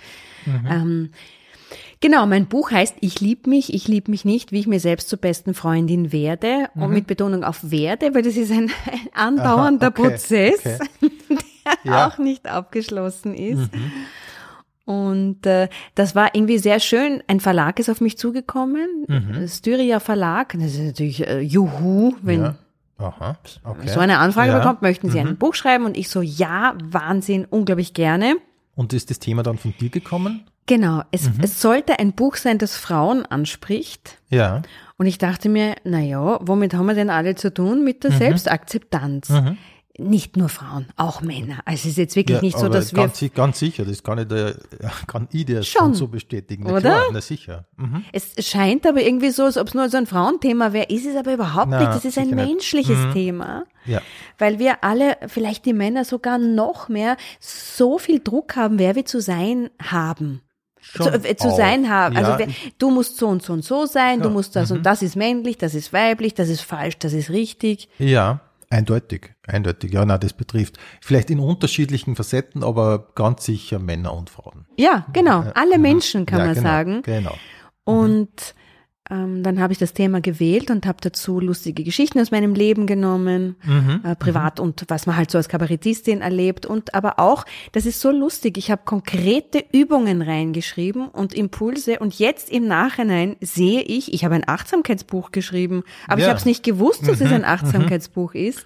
genau, mein Buch heißt Ich liebe mich nicht, wie ich mir selbst zur besten Freundin werde. Und mit Betonung auf werde, weil das ist ein andauernder Prozess, der auch nicht abgeschlossen ist. Und das war irgendwie sehr schön. Ein Verlag ist auf mich zugekommen, Styria Verlag. Das ist natürlich Juhu, wenn so eine Anfrage bekommt, möchten Sie ein Buch schreiben? Und ich so, ja, Wahnsinn, unglaublich gerne. Und ist das Thema dann von dir gekommen? Genau, es sollte ein Buch sein, das Frauen anspricht. Ja. Und ich dachte mir, womit haben wir denn alle zu tun? Mit der Selbstakzeptanz. Nicht nur Frauen, auch Männer. Also es ist jetzt wirklich nicht so, dass wir... Ganz sicher, das kann ich dir schon so bestätigen. Oder? Klar, na sicher. Es scheint aber irgendwie so, als ob es nur so ein Frauenthema wäre. Ist es aber überhaupt nicht. Das ist ein menschliches Thema. Ja. Weil wir alle, vielleicht die Männer sogar noch mehr, so viel Druck haben, wer wir zu sein haben. Zu sein haben. Ja. Also du musst so und so und so sein, du musst das und das ist männlich, das ist weiblich, das ist falsch, das ist richtig. Ja. Eindeutig. Ja, das betrifft vielleicht in unterschiedlichen Facetten, aber ganz sicher Männer und Frauen. Ja, genau. Alle Menschen kann man sagen. Genau. Und dann habe ich das Thema gewählt und habe dazu lustige Geschichten aus meinem Leben genommen, privat und was man halt so als Kabarettistin erlebt. Und aber auch, das ist so lustig, ich habe konkrete Übungen reingeschrieben und Impulse und jetzt im Nachhinein sehe ich habe ein Achtsamkeitsbuch geschrieben, aber ich habe es nicht gewusst, dass es ein Achtsamkeitsbuch ist.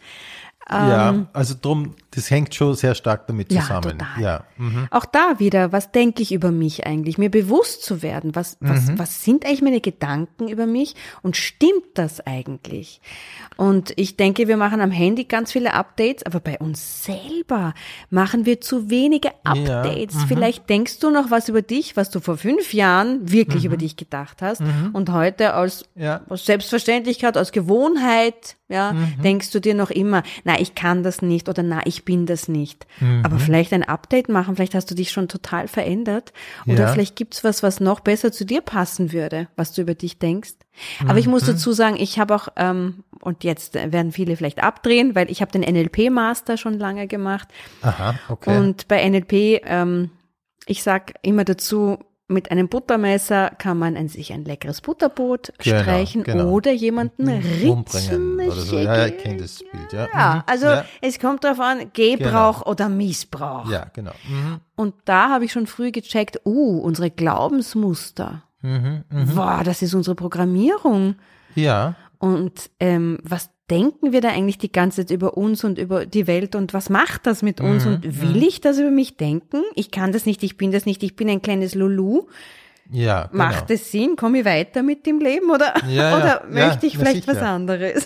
Ja, also drum, das hängt schon sehr stark damit zusammen. Total. Ja, auch da wieder, was denke ich über mich eigentlich? Mir bewusst zu werden, was sind eigentlich meine Gedanken über mich und stimmt das eigentlich? Und ich denke, wir machen am Handy ganz viele Updates, aber bei uns selber machen wir zu wenige Updates. Ja, vielleicht denkst du noch was über dich, was du vor 5 Jahren wirklich über dich gedacht hast und heute aus Selbstverständlichkeit, aus Gewohnheit, denkst du dir noch immer, na, ich kann das nicht oder na, ich bin das nicht. Aber vielleicht ein Update machen, vielleicht hast du dich schon total verändert oder vielleicht gibt's was noch besser zu dir passen würde, was du über dich denkst. Aber ich muss dazu sagen, ich habe auch, und jetzt werden viele vielleicht abdrehen, weil ich habe den NLP-Master schon lange gemacht. Aha, okay. Und bei NLP, ich sag immer dazu, mit einem Buttermesser kann man sich ein leckeres Butterbrot streichen oder jemanden ritzen. Oder so. Ja, ich kenne das Bild. Ja, ja also es kommt darauf an, Gebrauch oder Missbrauch. Ja, genau. Und da habe ich schon früh gecheckt, unsere Glaubensmuster. Wow, das ist unsere Programmierung. Ja. Und was denken wir da eigentlich die ganze Zeit über uns und über die Welt und was macht das mit uns und will ich das über mich denken? Ich kann das nicht, ich bin das nicht, ich bin ein kleines Lulu. Ja, genau. Macht es Sinn? Komme ich weiter mit dem Leben oder möchte ich vielleicht was anderes?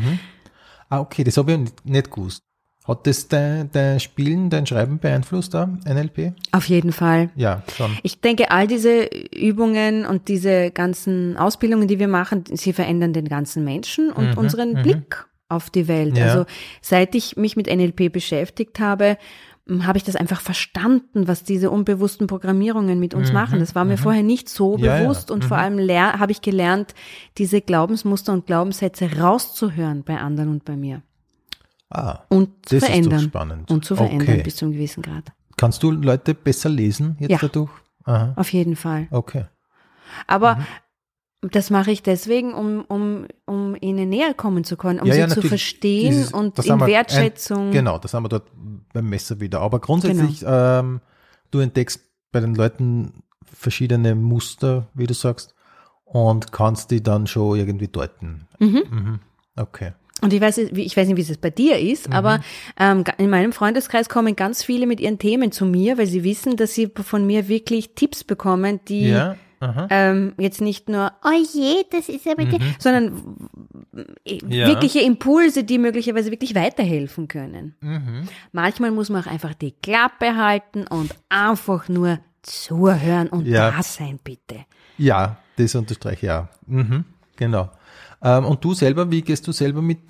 Okay, das habe ich nicht gewusst. Hat das dein Spielen, dein Schreiben beeinflusst, da, NLP? Auf jeden Fall. Ja, schon. Ich denke, all diese Übungen und diese ganzen Ausbildungen, die wir machen, sie verändern den ganzen Menschen und unseren Blick auf die Welt. Ja. Also seit ich mich mit NLP beschäftigt habe, habe ich das einfach verstanden, was diese unbewussten Programmierungen mit uns machen. Das war mir vorher nicht so bewusst und vor allem habe ich gelernt, diese Glaubensmuster und Glaubenssätze rauszuhören bei anderen und bei mir. Und zu verändern. Ist doch spannend. Und zu verändern bis zu einem gewissen Grad. Kannst du Leute besser lesen jetzt dadurch? Aha. Auf jeden Fall. Okay. Aber das mache ich deswegen, um ihnen näher kommen zu können, sie zu verstehen und in Wertschätzung. Genau, das haben wir dort beim Messer wieder. Aber grundsätzlich, du entdeckst bei den Leuten verschiedene Muster, wie du sagst, und kannst die dann schon irgendwie deuten. Okay. Und ich weiß nicht, wie es bei dir ist, aber in meinem Freundeskreis kommen ganz viele mit ihren Themen zu mir, weil sie wissen, dass sie von mir wirklich Tipps bekommen, die jetzt nicht nur, oh je, das ist aber, sondern wirkliche Impulse, die möglicherweise wirklich weiterhelfen können. Manchmal muss man auch einfach die Klappe halten und einfach nur zuhören und da sein, bitte. Ja, das unterstreiche ich auch. Genau. Und du selber, wie gehst du selber mit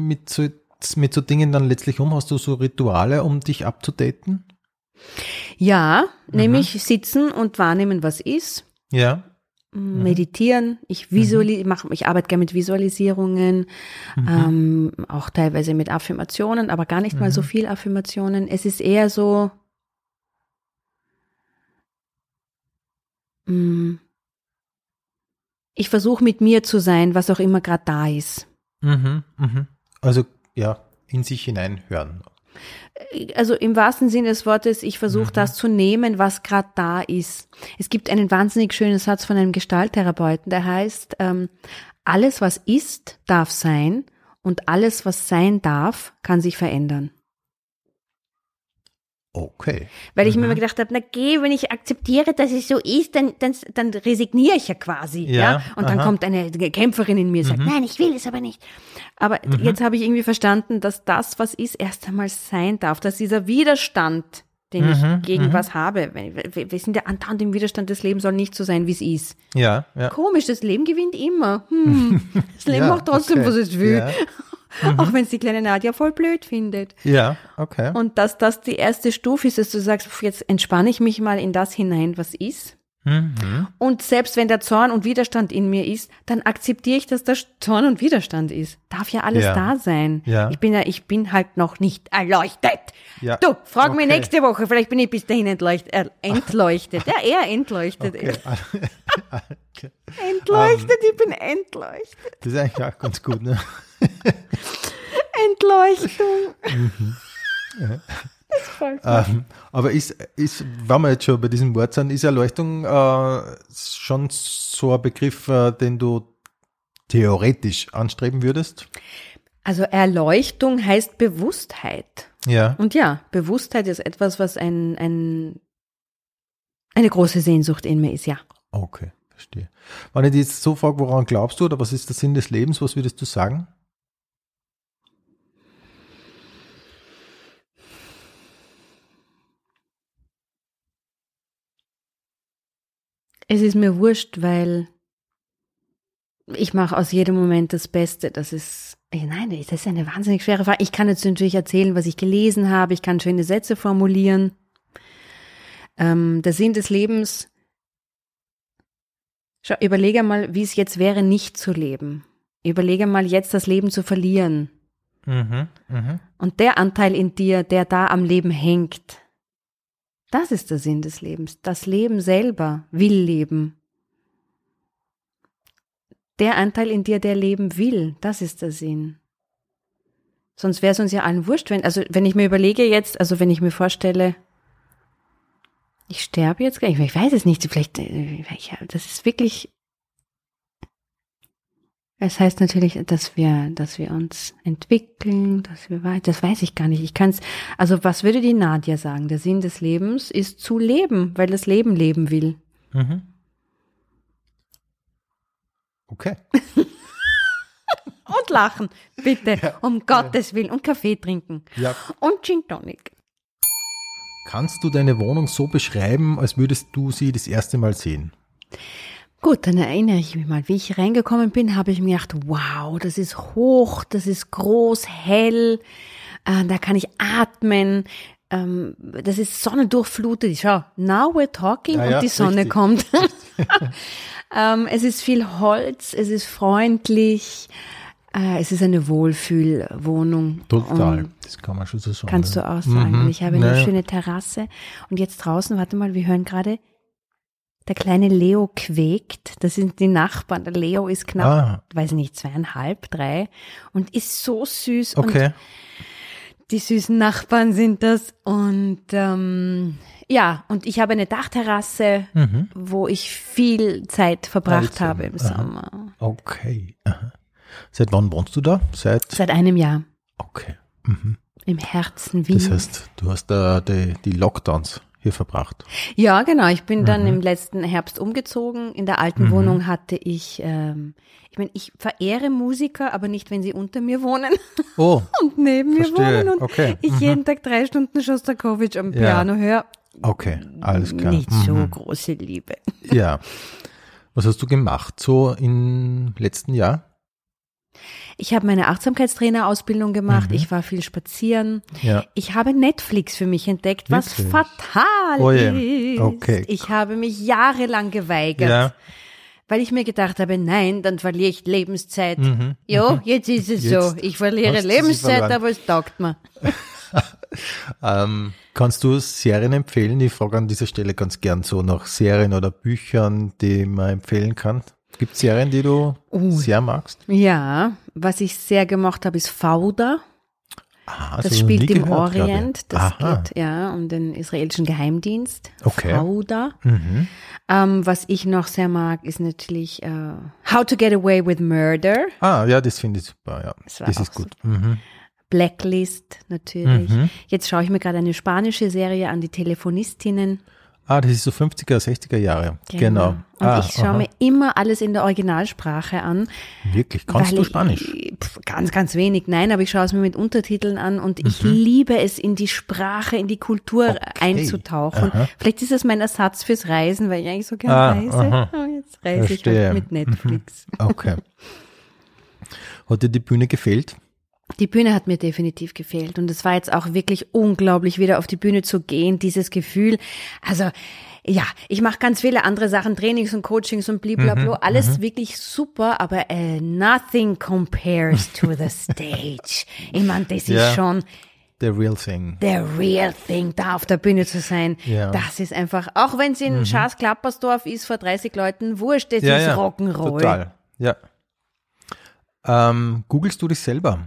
so Dingen dann letztlich um? Hast du so Rituale, um dich abzudaten? Ja, nämlich sitzen und wahrnehmen, was ist. Ja. Meditieren. Ich arbeite gerne mit Visualisierungen, auch teilweise mit Affirmationen, aber gar nicht mal so viel Affirmationen. Es ist eher so, ich versuche mit mir zu sein, was auch immer gerade da ist. Also in sich hineinhören. Also im wahrsten Sinne des Wortes, ich versuche das zu nehmen, was gerade da ist. Es gibt einen wahnsinnig schönen Satz von einem Gestalttherapeuten, der heißt, alles was ist, darf sein und alles was sein darf, kann sich verändern. Okay. Weil ich mir immer gedacht habe, wenn ich akzeptiere, dass es so ist, dann resigniere ich ja quasi. Ja? Und dann kommt eine Kämpferin in mir und sagt, nein, ich will es aber nicht. Aber jetzt habe ich irgendwie verstanden, dass das, was ist, erst einmal sein darf. Dass dieser Widerstand, den ich gegen was habe, wir sind ja andauernd im Widerstand, das Leben soll nicht so sein, wie es ist. Ja. Komisch, das Leben gewinnt immer. Das Leben macht trotzdem, was es will. Ja. Auch wenn es die kleine Nadja voll blöd findet. Ja, okay. Und dass das die erste Stufe ist, dass du sagst, jetzt entspanne ich mich mal in das hinein, was ist. Und selbst wenn der Zorn und Widerstand in mir ist, dann akzeptiere ich, dass das Zorn und Widerstand ist. Darf ja alles da sein. Ja. Ich bin halt noch nicht erleuchtet. Ja. Du, frag mich nächste Woche, vielleicht bin ich bis dahin entleuchtet. Ja, eher entleuchtet. Okay. Entleuchtet, ich bin entleuchtet. Das ist eigentlich auch ganz gut, ne? Entleuchtung. Das gefällt mir. Aber wenn wir jetzt schon bei diesem Wort sind, ist Erleuchtung schon so ein Begriff, den du theoretisch anstreben würdest? Also Erleuchtung heißt Bewusstheit. Ja. Und ja, Bewusstheit ist etwas, was eine große Sehnsucht in mir ist, ja. Okay, verstehe. Wenn ich dich jetzt so frage, woran glaubst du oder was ist der Sinn des Lebens, was würdest du sagen? Es ist mir wurscht, weil ich mache aus jedem Moment das Beste. Das ist eine wahnsinnig schwere Frage. Ich kann jetzt natürlich erzählen, was ich gelesen habe. Ich kann schöne Sätze formulieren. Der Sinn des Lebens, überlege mal, wie es jetzt wäre, nicht zu leben. Überlege mal, jetzt das Leben zu verlieren. Und der Anteil in dir, der da am Leben hängt, Das ist der Sinn des Lebens. Das Leben selber will leben. Der Anteil in dir, der leben will, das ist der Sinn. Sonst wäre es uns ja allen wurscht, wenn ich mir überlege jetzt, also wenn ich mir vorstelle, ich sterbe jetzt, ich weiß es nicht, vielleicht, das ist wirklich, es heißt natürlich, dass wir uns entwickeln, das weiß ich gar nicht. Also was würde die Nadja sagen? Der Sinn des Lebens ist zu leben, weil das Leben leben will. Mhm. Okay. Und lachen, bitte, ja, um Gottes Willen. Und Kaffee trinken. Ja. Und Gin Tonic. Kannst du deine Wohnung so beschreiben, als würdest du sie das erste Mal sehen? Gut, dann erinnere ich mich mal. Wie ich reingekommen bin, habe ich mir gedacht, wow, das ist hoch, das ist groß, hell, da kann ich atmen, das ist sonnendurchflutet. Schau, now we're talking und die Sonne richtig. Kommt. Es ist viel Holz, es ist freundlich, es ist eine Wohlfühlwohnung. Total, das kann man schon so sagen. Kannst du auch sagen. Ich habe eine schöne Terrasse und jetzt draußen, warte mal, wir hören gerade, der kleine Leo quäkt. Das sind die Nachbarn. Der Leo ist knapp, weiß nicht, 2,5, 3 und ist so süß. Okay. Und die süßen Nachbarn sind das und ja, und ich habe eine Dachterrasse, wo ich viel Zeit verbracht habe im Sommer. Okay. Aha. Seit wann wohnst du da? Seit einem Jahr. Okay. Im Herzen Wien. Das heißt, du hast da die Lockdowns hier verbracht. Ja, genau. Ich bin dann im letzten Herbst umgezogen. In der alten Wohnung hatte ich, ich verehre Musiker, aber nicht, wenn sie unter mir wohnen und neben mir wohnen und ich jeden Tag 3 Stunden Schostakowitsch am Piano höre. Okay, alles klar. Nicht so große Liebe. Ja. Was hast du gemacht so im letzten Jahr? Ich habe meine Achtsamkeitstrainerausbildung gemacht. Ich war viel spazieren. Ja. Ich habe Netflix für mich entdeckt, was fatal ist. Okay. Ich habe mich jahrelang geweigert, weil ich mir gedacht habe, nein, dann verliere ich Lebenszeit. Jetzt ist es so. Ich verliere Lebenszeit, aber es taugt mir. Kannst du Serien empfehlen? Ich frage an dieser Stelle ganz gern so nach Serien oder Büchern, die man empfehlen kann. Gibt es Serien, die du sehr magst? Ja, was ich sehr gemocht habe, ist Fauda. Das spielt im Orient. Das geht um den israelischen Geheimdienst. Okay. Fauda. Was ich noch sehr mag, ist natürlich How to Get Away with Murder. Ja, das finde ich super. Ja. Das ist gut. Blacklist natürlich. Jetzt schaue ich mir gerade eine spanische Serie an, die Telefonistinnen. Das ist so 50er, 60er Jahre. Genau. Und ich schaue mir immer alles in der Originalsprache an. Wirklich? Kannst du Spanisch? Ganz, ganz wenig. Nein, aber ich schaue es mir mit Untertiteln an und ich liebe es, in die Sprache, in die Kultur einzutauchen. Vielleicht ist das mein Ersatz fürs Reisen, weil ich eigentlich so gerne reise. Aber jetzt reise ich halt mit Netflix. Okay. Hat dir die Bühne gefehlt? Die Bühne hat mir definitiv gefehlt und es war jetzt auch wirklich unglaublich, wieder auf die Bühne zu gehen, dieses Gefühl. Also ja, ich mache ganz viele andere Sachen, Trainings und Coachings und blablabla, alles wirklich super, aber nothing compares to the stage. Ich meine, das ist schon the real thing. The real thing, da auf der Bühne zu sein, das ist einfach, auch wenn es in Schaas-Klappersdorf ist, vor 30 Leuten, wurscht, das ist Rock'n'Roll. Total, ja. Googlest du dich selber?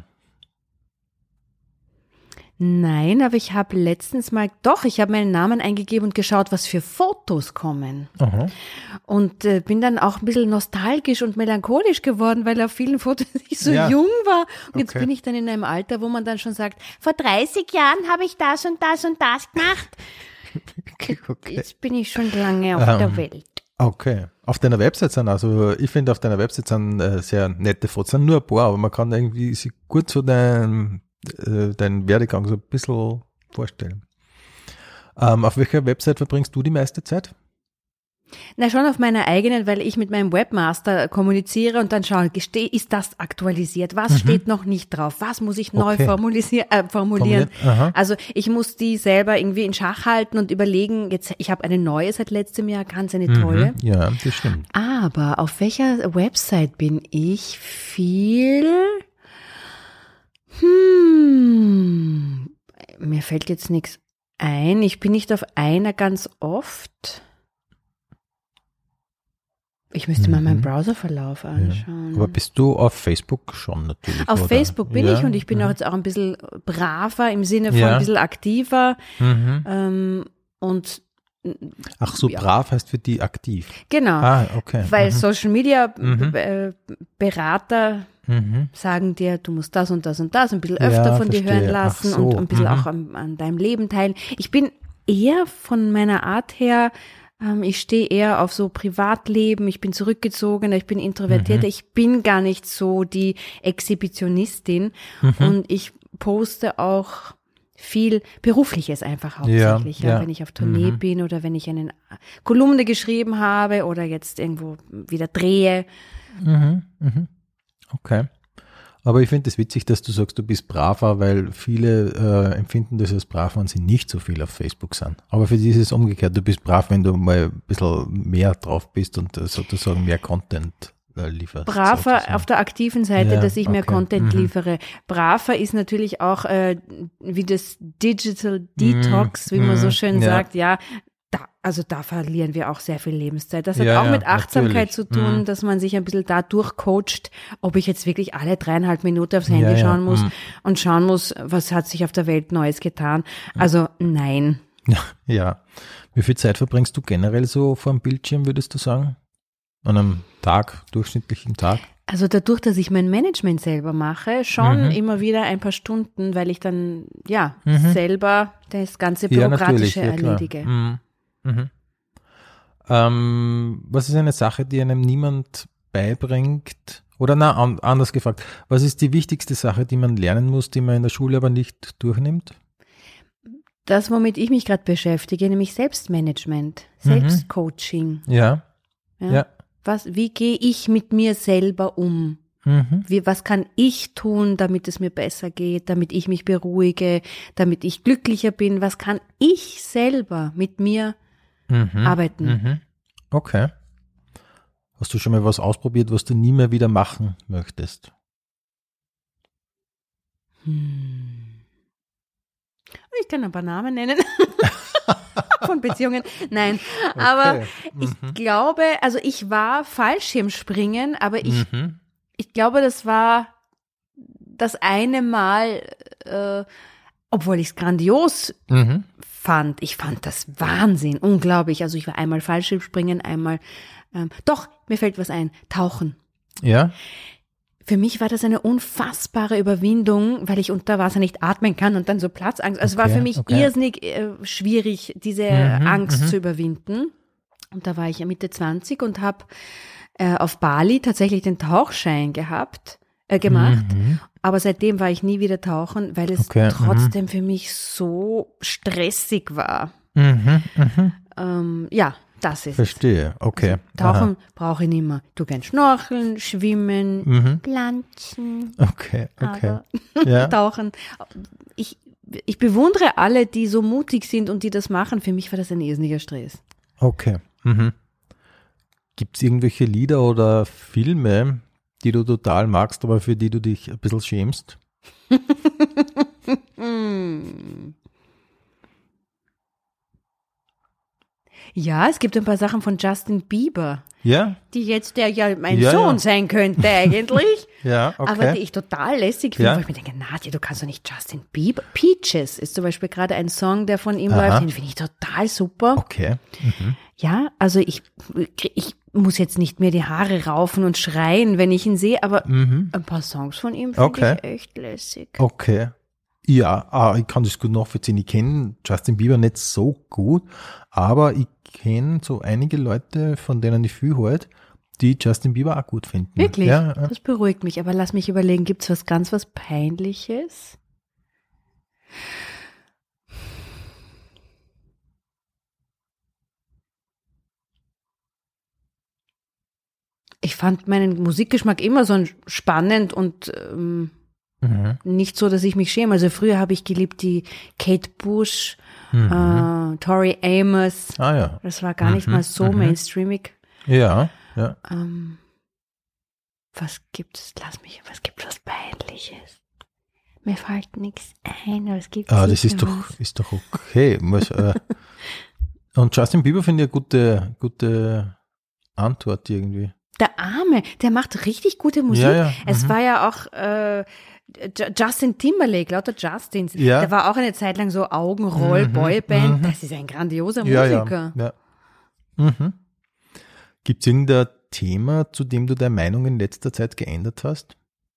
Nein, aber ich habe letztens mal, ich habe meinen Namen eingegeben und geschaut, was für Fotos kommen. Und bin dann auch ein bisschen nostalgisch und melancholisch geworden, weil auf vielen Fotos ich so jung war. Und jetzt bin ich dann in einem Alter, wo man dann schon sagt, vor 30 Jahren habe ich das und das und das gemacht. Jetzt bin ich schon lange auf der Welt. Okay. Auf deiner Website sind ich finde auf deiner Website sind sehr nette Fotos, sind nur ein paar, aber man kann irgendwie sich gut so deinen Werdegang so ein bisschen vorstellen. Auf welcher Website verbringst du die meiste Zeit? Na, schon auf meiner eigenen, weil ich mit meinem Webmaster kommuniziere und dann schaue, ist das aktualisiert? Was steht noch nicht drauf? Was muss ich neu formulieren? Also ich muss die selber irgendwie in Schach halten und überlegen, ich habe eine neue seit letztem Jahr, ganz eine tolle. Ja, das stimmt. Aber auf welcher Website bin ich viel? Mir fällt jetzt nichts Ich bin nicht auf einer ganz oft. Ich müsste mal meinen Browserverlauf anschauen. Aber bist du auf Facebook schon natürlich? Auf oder? Facebook bin ich und ich bin auch jetzt auch ein bisschen braver im Sinne von ein bisschen aktiver. Und ach so, brav heißt für die aktiv. Genau. Okay. Weil Social Media Berater sagen dir, du musst das und das und das ein bisschen öfter von dir hören lassen und ein bisschen auch an deinem Leben teilen. Ich bin eher von meiner Art her, ich stehe eher auf so Privatleben, ich bin zurückgezogener, ich bin introvertierter, ich bin gar nicht so die Exhibitionistin und ich poste auch viel Berufliches einfach hauptsächlich, wenn ich auf Tournee bin oder wenn ich eine Kolumne geschrieben habe oder jetzt irgendwo wieder drehe. Okay. Aber ich finde es witzig, dass du sagst, du bist braver, weil viele empfinden das als brav, wenn sie nicht so viel auf Facebook sind. Aber für die ist es umgekehrt. Du bist brav, wenn du mal ein bisschen mehr drauf bist und sozusagen mehr Content lieferst. Braver sozusagen. auf der aktiven Seite, dass ich mehr Content liefere. Braver ist natürlich auch wie das Digital Detox, wie man so schön sagt, da verlieren wir auch sehr viel Lebenszeit. Das hat auch mit Achtsamkeit zu tun, dass man sich ein bisschen da durchcoacht, ob ich jetzt wirklich alle 3,5 Minuten aufs Handy schauen muss und schauen muss, was hat sich auf der Welt Neues getan. Also nein. Ja. Wie viel Zeit verbringst du generell so vor dem Bildschirm, würdest du sagen? An einem Tag, durchschnittlichen Tag? Also dadurch, dass ich mein Management selber mache, schon immer wieder ein paar Stunden, weil ich dann selber das ganze Bürokratische erledige. Was ist eine Sache, die einem niemand beibringt? Oder anders gefragt, was ist die wichtigste Sache, die man lernen muss, die man in der Schule aber nicht durchnimmt? Das, womit ich mich gerade beschäftige, nämlich Selbstmanagement, Selbstcoaching. Ja. Wie gehe ich mit mir selber um? Was kann ich tun, damit es mir besser geht, damit ich mich beruhige, damit ich glücklicher bin? Was kann ich selber mit mir arbeiten? Okay. Hast du schon mal was ausprobiert, was du nie mehr wieder machen möchtest? Ich kann ein paar Namen nennen. Von Beziehungen. Nein, aber ich glaube, also ich war Fallschirmspringen, aber ich glaube, das war das eine Mal, obwohl ich es grandios fand. Ich fand das Wahnsinn, unglaublich. Also ich war einmal Fallschirmspringen, einmal, mir fällt was ein, Tauchen. Ja. Für mich war das eine unfassbare Überwindung, weil ich unter Wasser nicht atmen kann und dann so Platzangst. Also es war für mich irrsinnig schwierig, diese Angst zu überwinden. Und da war ich Mitte 20 und habe auf Bali tatsächlich den Tauchschein gemacht. Aber seitdem war ich nie wieder tauchen, weil es trotzdem für mich so stressig war. Das ist Verstehe, okay. Also, Tauchen brauche ich nicht mehr. Du kannst schnorcheln, schwimmen, planschen. Okay. Tauchen. Ich bewundere alle, die so mutig sind und die das machen. Für mich war das ein irrsinniger Stress. Okay. Gibt es irgendwelche Lieder oder Filme, die du total magst, aber für die du dich ein bisschen schämst? Ja, es gibt ein paar Sachen von Justin Bieber. Ja? Die jetzt, der ja mein Sohn sein könnte eigentlich. Ja, okay. Aber die ich total lässig finde, weil ich mir denke, Nadja, du kannst doch nicht Justin Bieber. Peaches ist zum Beispiel gerade ein Song, der von ihm läuft, den finde ich total super. Okay. Ja, also ich muss jetzt nicht mehr die Haare raufen und schreien, wenn ich ihn sehe, aber ein paar Songs von ihm finde ich echt lässig. Okay. Ja, ich kann das gut nachvollziehen. Ich kenne Justin Bieber nicht so gut, aber ich kenne so einige Leute, von denen ich viel halte, die Justin Bieber auch gut finden. Wirklich? Ja. Das beruhigt mich, aber lass mich überlegen, gibt es was Peinliches? Ich fand meinen Musikgeschmack immer so spannend und nicht so, dass ich mich schäme. Also früher habe ich geliebt die Kate Bush, Tori Amos. Ah ja. Das war gar nicht mal so mainstreamig. Ja. Was gibt es? Was Peinliches? Mir fällt nichts ein, aber es gibt Das sicher ist doch okay. Und Justin Bieber finde ich eine gute Antwort irgendwie. Der Arme, der macht richtig gute Musik. Ja. Es war ja auch Justin Timberlake, lauter Justins. Ja. Der war auch eine Zeit lang so Augenroll-Boyband. Das ist ein grandioser Musiker. Ja. Gibt es irgendein Thema, zu dem du deine Meinung in letzter Zeit geändert hast?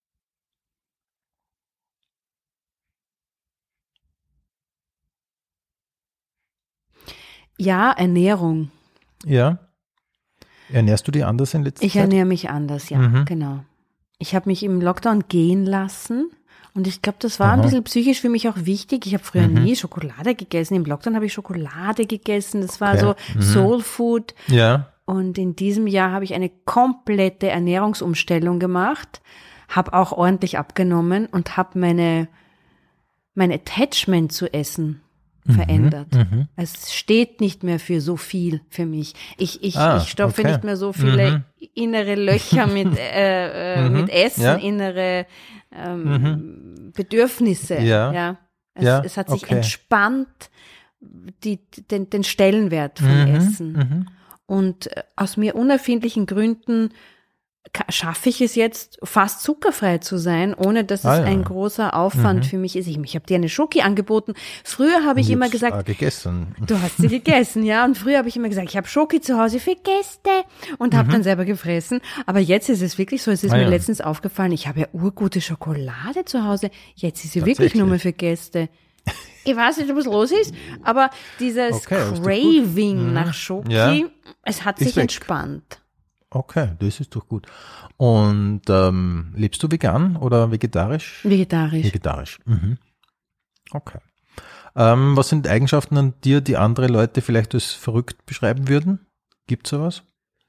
Ja, Ernährung. Ja. Ernährst du dich anders in letzter Zeit? Ich ernähre mich anders, ja, genau. Ich habe mich im Lockdown gehen lassen und ich glaube, das war ein bisschen psychisch für mich auch wichtig. Ich habe früher nie Schokolade gegessen. Im Lockdown habe ich Schokolade gegessen. Das war so Soul Food. Ja. Und in diesem Jahr habe ich eine komplette Ernährungsumstellung gemacht, habe auch ordentlich abgenommen und habe mein Attachment zu Essen verändert. Es steht nicht mehr für so viel für mich. Ich stopfe nicht mehr so viele innere Löcher mit Essen, Ja. innere Bedürfnisse. Ja. Es hat sich entspannt, den Stellenwert von Essen. Und aus mir unerfindlichen Gründen schaffe ich es jetzt, fast zuckerfrei zu sein, ohne dass es ein großer Aufwand für mich ist. Ich habe dir eine Schoki angeboten. Früher habe ich immer gesagt, gegessen. Du hast sie gegessen, ja. Und früher habe ich immer gesagt, ich habe Schoki zu Hause für Gäste und habe dann selber gefressen. Aber jetzt ist es wirklich so, es ist mir letztens aufgefallen, ich habe ja urgute Schokolade zu Hause. Jetzt ist sie wirklich nur mehr für Gäste. Ich weiß nicht, was los ist, aber dieses Craving nach Schoki, es hat sich entspannt. Okay, das ist doch gut. Und lebst du vegan oder vegetarisch? Vegetarisch. Vegetarisch. Okay. Was sind Eigenschaften an dir, die andere Leute vielleicht als verrückt beschreiben würden? Gibt es sowas?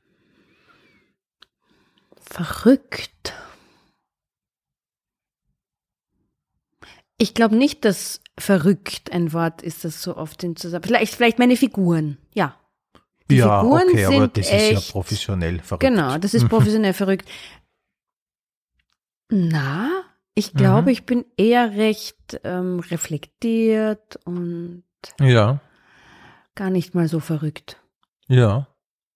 Verrückt. Ich glaube nicht, dass verrückt ein Wort ist, das so oft in Zusammenhang. Vielleicht meine Figuren, ja. Die Figuren okay, sind aber das echt, ist ja professionell verrückt. Genau, das ist professionell verrückt. Ich glaube, ich bin eher recht reflektiert und gar nicht mal so verrückt. Ja.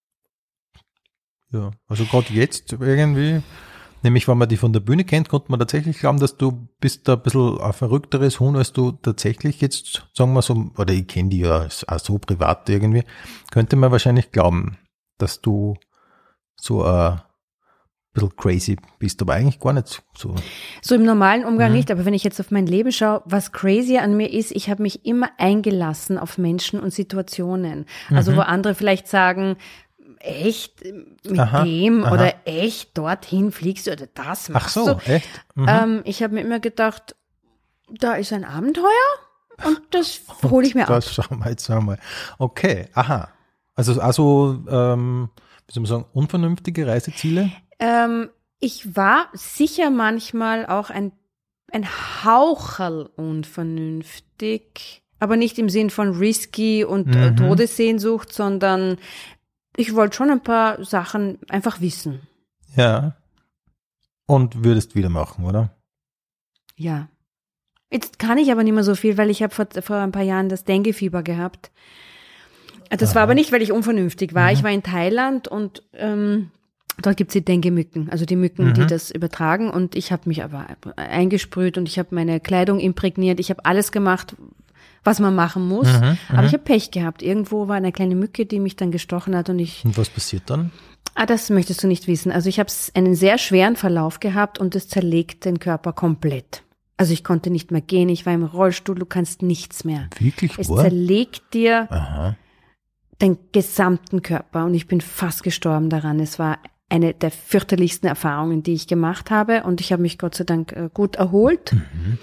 Ja, also gerade jetzt irgendwie, nämlich wenn man die von der Bühne kennt, konnte man tatsächlich glauben, dass du bist da ein bisschen ein verrückteres Huhn, als du tatsächlich jetzt, sagen wir so, oder ich kenne die ja auch so privat irgendwie, könnte man wahrscheinlich glauben, dass du so ein bisschen crazy bist, aber eigentlich gar nicht so. So im normalen Umgang nicht, aber wenn ich jetzt auf mein Leben schaue, was crazy an mir ist, ich habe mich immer eingelassen auf Menschen und Situationen. Also wo andere vielleicht sagen, echt mit dem oder echt dorthin fliegst du oder das machst du. Ach so, echt? Ich habe mir immer gedacht, da ist ein Abenteuer und das hole ich mir ab. Das schauen wir jetzt einmal. Okay, Also, wie soll man sagen, unvernünftige Reiseziele? Ich war sicher manchmal auch ein Haucherl unvernünftig, aber nicht im Sinn von risky und Todessehnsucht, sondern ich wollte schon ein paar Sachen einfach wissen. Ja. Und würdest wieder machen, oder? Ja. Jetzt kann ich aber nicht mehr so viel, weil ich habe vor ein paar Jahren das Dengue-Fieber gehabt. Das war aber nicht, weil ich unvernünftig war. Ich war in Thailand und dort gibt es die Dengue-Mücken, also die Mücken, die das übertragen. Und ich habe mich aber eingesprüht und ich habe meine Kleidung imprägniert. Ich habe alles gemacht, was man machen muss. Aber ich habe Pech gehabt. Irgendwo war eine kleine Mücke, die mich dann gestochen hat. Und was passiert dann? Das möchtest du nicht wissen. Also ich habe einen sehr schweren Verlauf gehabt und es zerlegt den Körper komplett. Also ich konnte nicht mehr gehen, ich war im Rollstuhl, du kannst nichts mehr. Wirklich? Es zerlegt dir den gesamten Körper und ich bin fast gestorben daran. Es war eine der fürchterlichsten Erfahrungen, die ich gemacht habe und ich habe mich Gott sei Dank gut erholt.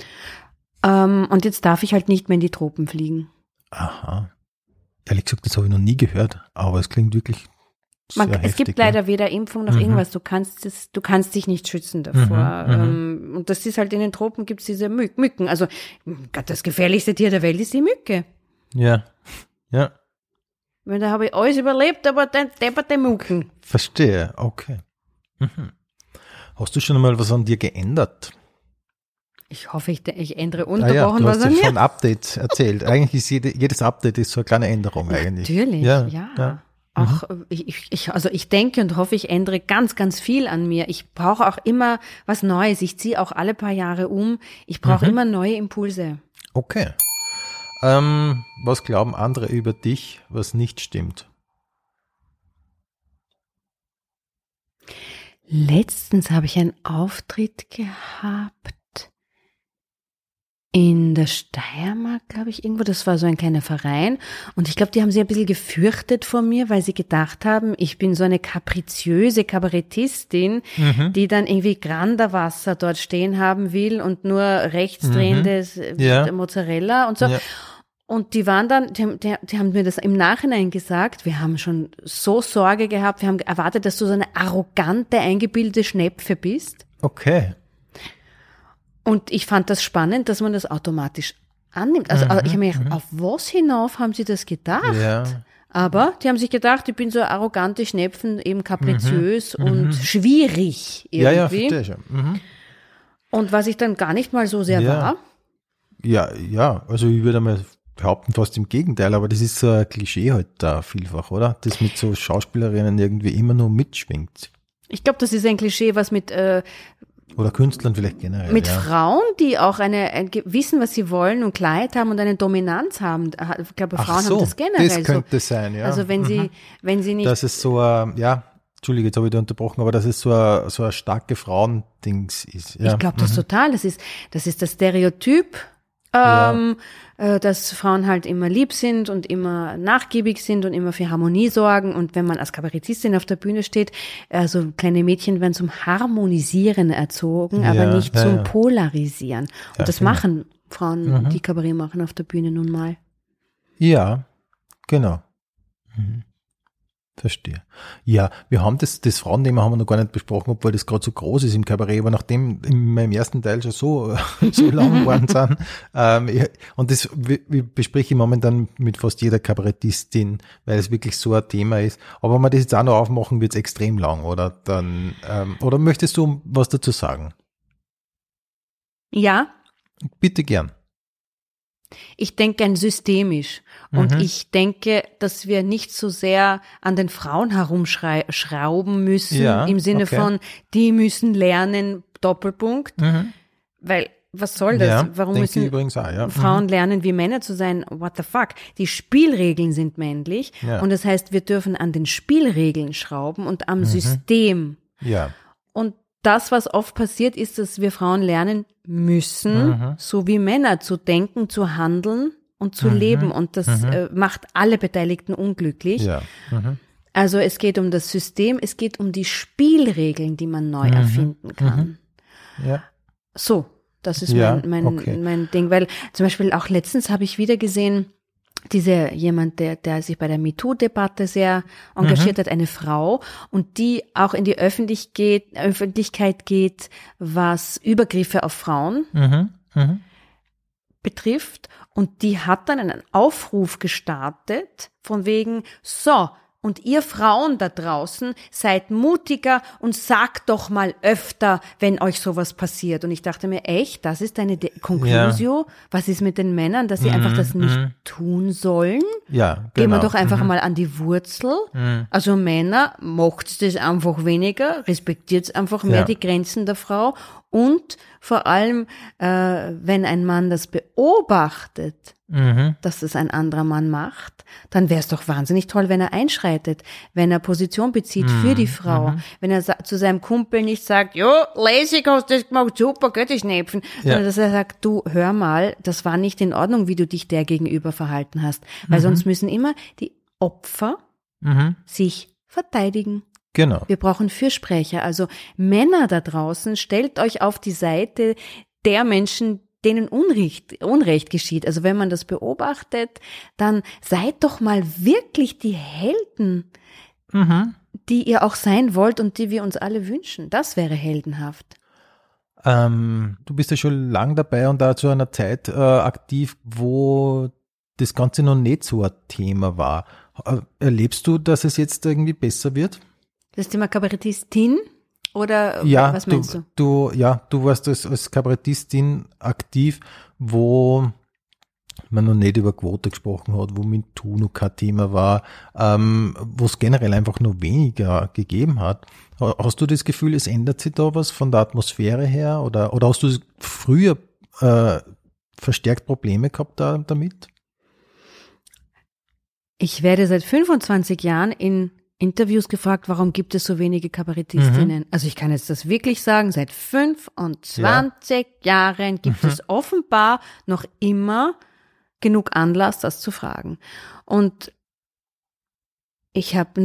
Und jetzt darf ich halt nicht mehr in die Tropen fliegen. Aha. Ehrlich gesagt, das habe ich noch nie gehört, aber es klingt wirklich sehr heftig. Es gibt leider weder Impfung noch irgendwas. Du kannst dich nicht schützen davor. Und das ist halt in den Tropen gibt es diese Mücken. Also das gefährlichste Tier der Welt ist die Mücke. Ja. Weil da habe ich alles überlebt, aber dann depperte Mücken. Verstehe, okay. Hast du schon einmal was an dir geändert? Ich hoffe, ich ändere Du unterbrochen, was hast er ja mir... schon Updates erzählt. Eigentlich ist jedes Update ist so eine kleine Änderung eigentlich. Natürlich, ja. Auch ich denke und hoffe, ich ändere ganz, ganz viel an mir. Ich brauche auch immer was Neues. Ich ziehe auch alle paar Jahre um. Ich brauche immer neue Impulse. Okay. Was glauben andere über dich, was nicht stimmt? Letztens habe ich einen Auftritt gehabt in der Steiermark, glaube ich, irgendwo. Das war so ein kleiner Verein. Und ich glaube, die haben sich ein bisschen gefürchtet vor mir, weil sie gedacht haben, ich bin so eine kapriziöse Kabarettistin, die dann irgendwie Granderwasser dort stehen haben will und nur rechtsdrehendes Mozzarella und so. Ja. Und die waren dann, die haben mir das im Nachhinein gesagt, wir haben schon so Sorge gehabt, wir haben erwartet, dass du so eine arrogante, eingebildete Schnepfe bist. Okay. Und ich fand das spannend, dass man das automatisch annimmt. Also ich habe mir gedacht, auf was hinauf haben sie das gedacht? Ja. Aber die haben sich gedacht, ich bin so arrogante Schnepfen, eben kapriziös und schwierig irgendwie. Ja, verstehe schon. Und was ich dann gar nicht mal so sehr war. Ja, also ich würde mal behaupten, fast im Gegenteil, aber das ist so ein Klischee halt da vielfach, oder? Das mit so Schauspielerinnen irgendwie immer nur mitschwingt. Ich glaube, das ist ein Klischee, was mit oder Künstlern vielleicht generell. Mit Frauen, die auch wissen, was sie wollen und Klarheit haben und eine Dominanz haben. Ich glaube, Frauen haben das generell. Das könnte sein, ja. Also wenn sie nicht. Das ist so Entschuldige, jetzt habe ich dich unterbrochen, aber dass es so ein starke Frauendings ist. Ja. Ich glaube das total. Das ist das Stereotyp, dass Frauen halt immer lieb sind und immer nachgiebig sind und immer für Harmonie sorgen. Und wenn man als Kabarettistin auf der Bühne steht, also kleine Mädchen werden zum Harmonisieren erzogen, aber nicht zum Polarisieren. Und das machen Frauen, die Kabarett machen auf der Bühne nun mal. Ja, genau. Verstehe. Ja, wir haben das Frauenthema haben wir noch gar nicht besprochen, obwohl das gerade so groß ist im Kabarett, aber nachdem in meinem ersten Teil schon so lang geworden sind, und das bespreche ich momentan mit fast jeder Kabarettistin, weil es wirklich so ein Thema ist. Aber wenn wir das jetzt auch noch aufmachen, wird es extrem lang, oder? Dann, oder möchtest du was dazu sagen? Ja. Bitte gern. Ich denke gern systemisch und ich denke, dass wir nicht so sehr an den Frauen herumschrauben müssen, im Sinne von, die müssen lernen, Doppelpunkt, weil was soll das? Ja, warum müssen Frauen lernen, wie Männer zu sein? What the fuck? Die Spielregeln sind männlich und das heißt, wir dürfen an den Spielregeln schrauben und am System. Ja. Und das, was oft passiert, ist, dass wir Frauen lernen müssen, so wie Männer zu denken, zu handeln und zu leben. Und das macht alle Beteiligten unglücklich. Ja. Also es geht um das System, es geht um die Spielregeln, die man neu erfinden kann. Ja. So, das ist mein Ding. Weil zum Beispiel auch letztens habe ich wieder gesehen, jemand, der sich bei der MeToo-Debatte sehr engagiert hat, eine Frau, und die auch in die Öffentlichkeit geht, was Übergriffe auf Frauen betrifft. Und die hat dann einen Aufruf gestartet, von wegen, so, und ihr Frauen da draußen seid mutiger und sagt doch mal öfter, wenn euch sowas passiert. Und ich dachte mir, echt, das ist deine Conclusio? Ja. Was ist mit den Männern, dass sie einfach das nicht tun sollen? Ja, genau. Gehen wir doch einfach mal an die Wurzel. Also Männer, macht's das einfach weniger, respektiert einfach mehr die Grenzen der Frau. Und vor allem, wenn ein Mann das beobachtet, dass es ein anderer Mann macht, dann wäre es doch wahnsinnig toll, wenn er einschreitet, wenn er Position bezieht für die Frau, wenn er zu seinem Kumpel nicht sagt, jo, lässig hast du das gemacht, super, Götti schnepfen, sondern dass er sagt, du, hör mal, das war nicht in Ordnung, wie du dich der gegenüber verhalten hast, weil sonst müssen immer die Opfer sich verteidigen. Genau. Wir brauchen Fürsprecher, also Männer da draußen, stellt euch auf die Seite der Menschen, denen Unrecht geschieht. Also wenn man das beobachtet, dann seid doch mal wirklich die Helden, die ihr auch sein wollt und die wir uns alle wünschen. Das wäre heldenhaft. Du bist ja schon lang dabei und da zu einer Zeit aktiv, wo das Ganze noch nicht so ein Thema war. Erlebst du, dass es jetzt irgendwie besser wird? Das Thema Kabarettistin Oder ja, was meinst du? Du warst als Kabarettistin aktiv, wo man noch nicht über Quote gesprochen hat, wo MeToo noch kein Thema war, wo es generell einfach nur weniger gegeben hat. Hast du das Gefühl, es ändert sich da was von der Atmosphäre her oder hast du früher verstärkt Probleme gehabt damit? Ich werde seit 25 Jahren in Interviews gefragt, warum gibt es so wenige Kabarettistinnen? Also ich kann jetzt das wirklich sagen, seit 25 Jahren gibt es offenbar noch immer genug Anlass, das zu fragen. Und ich habe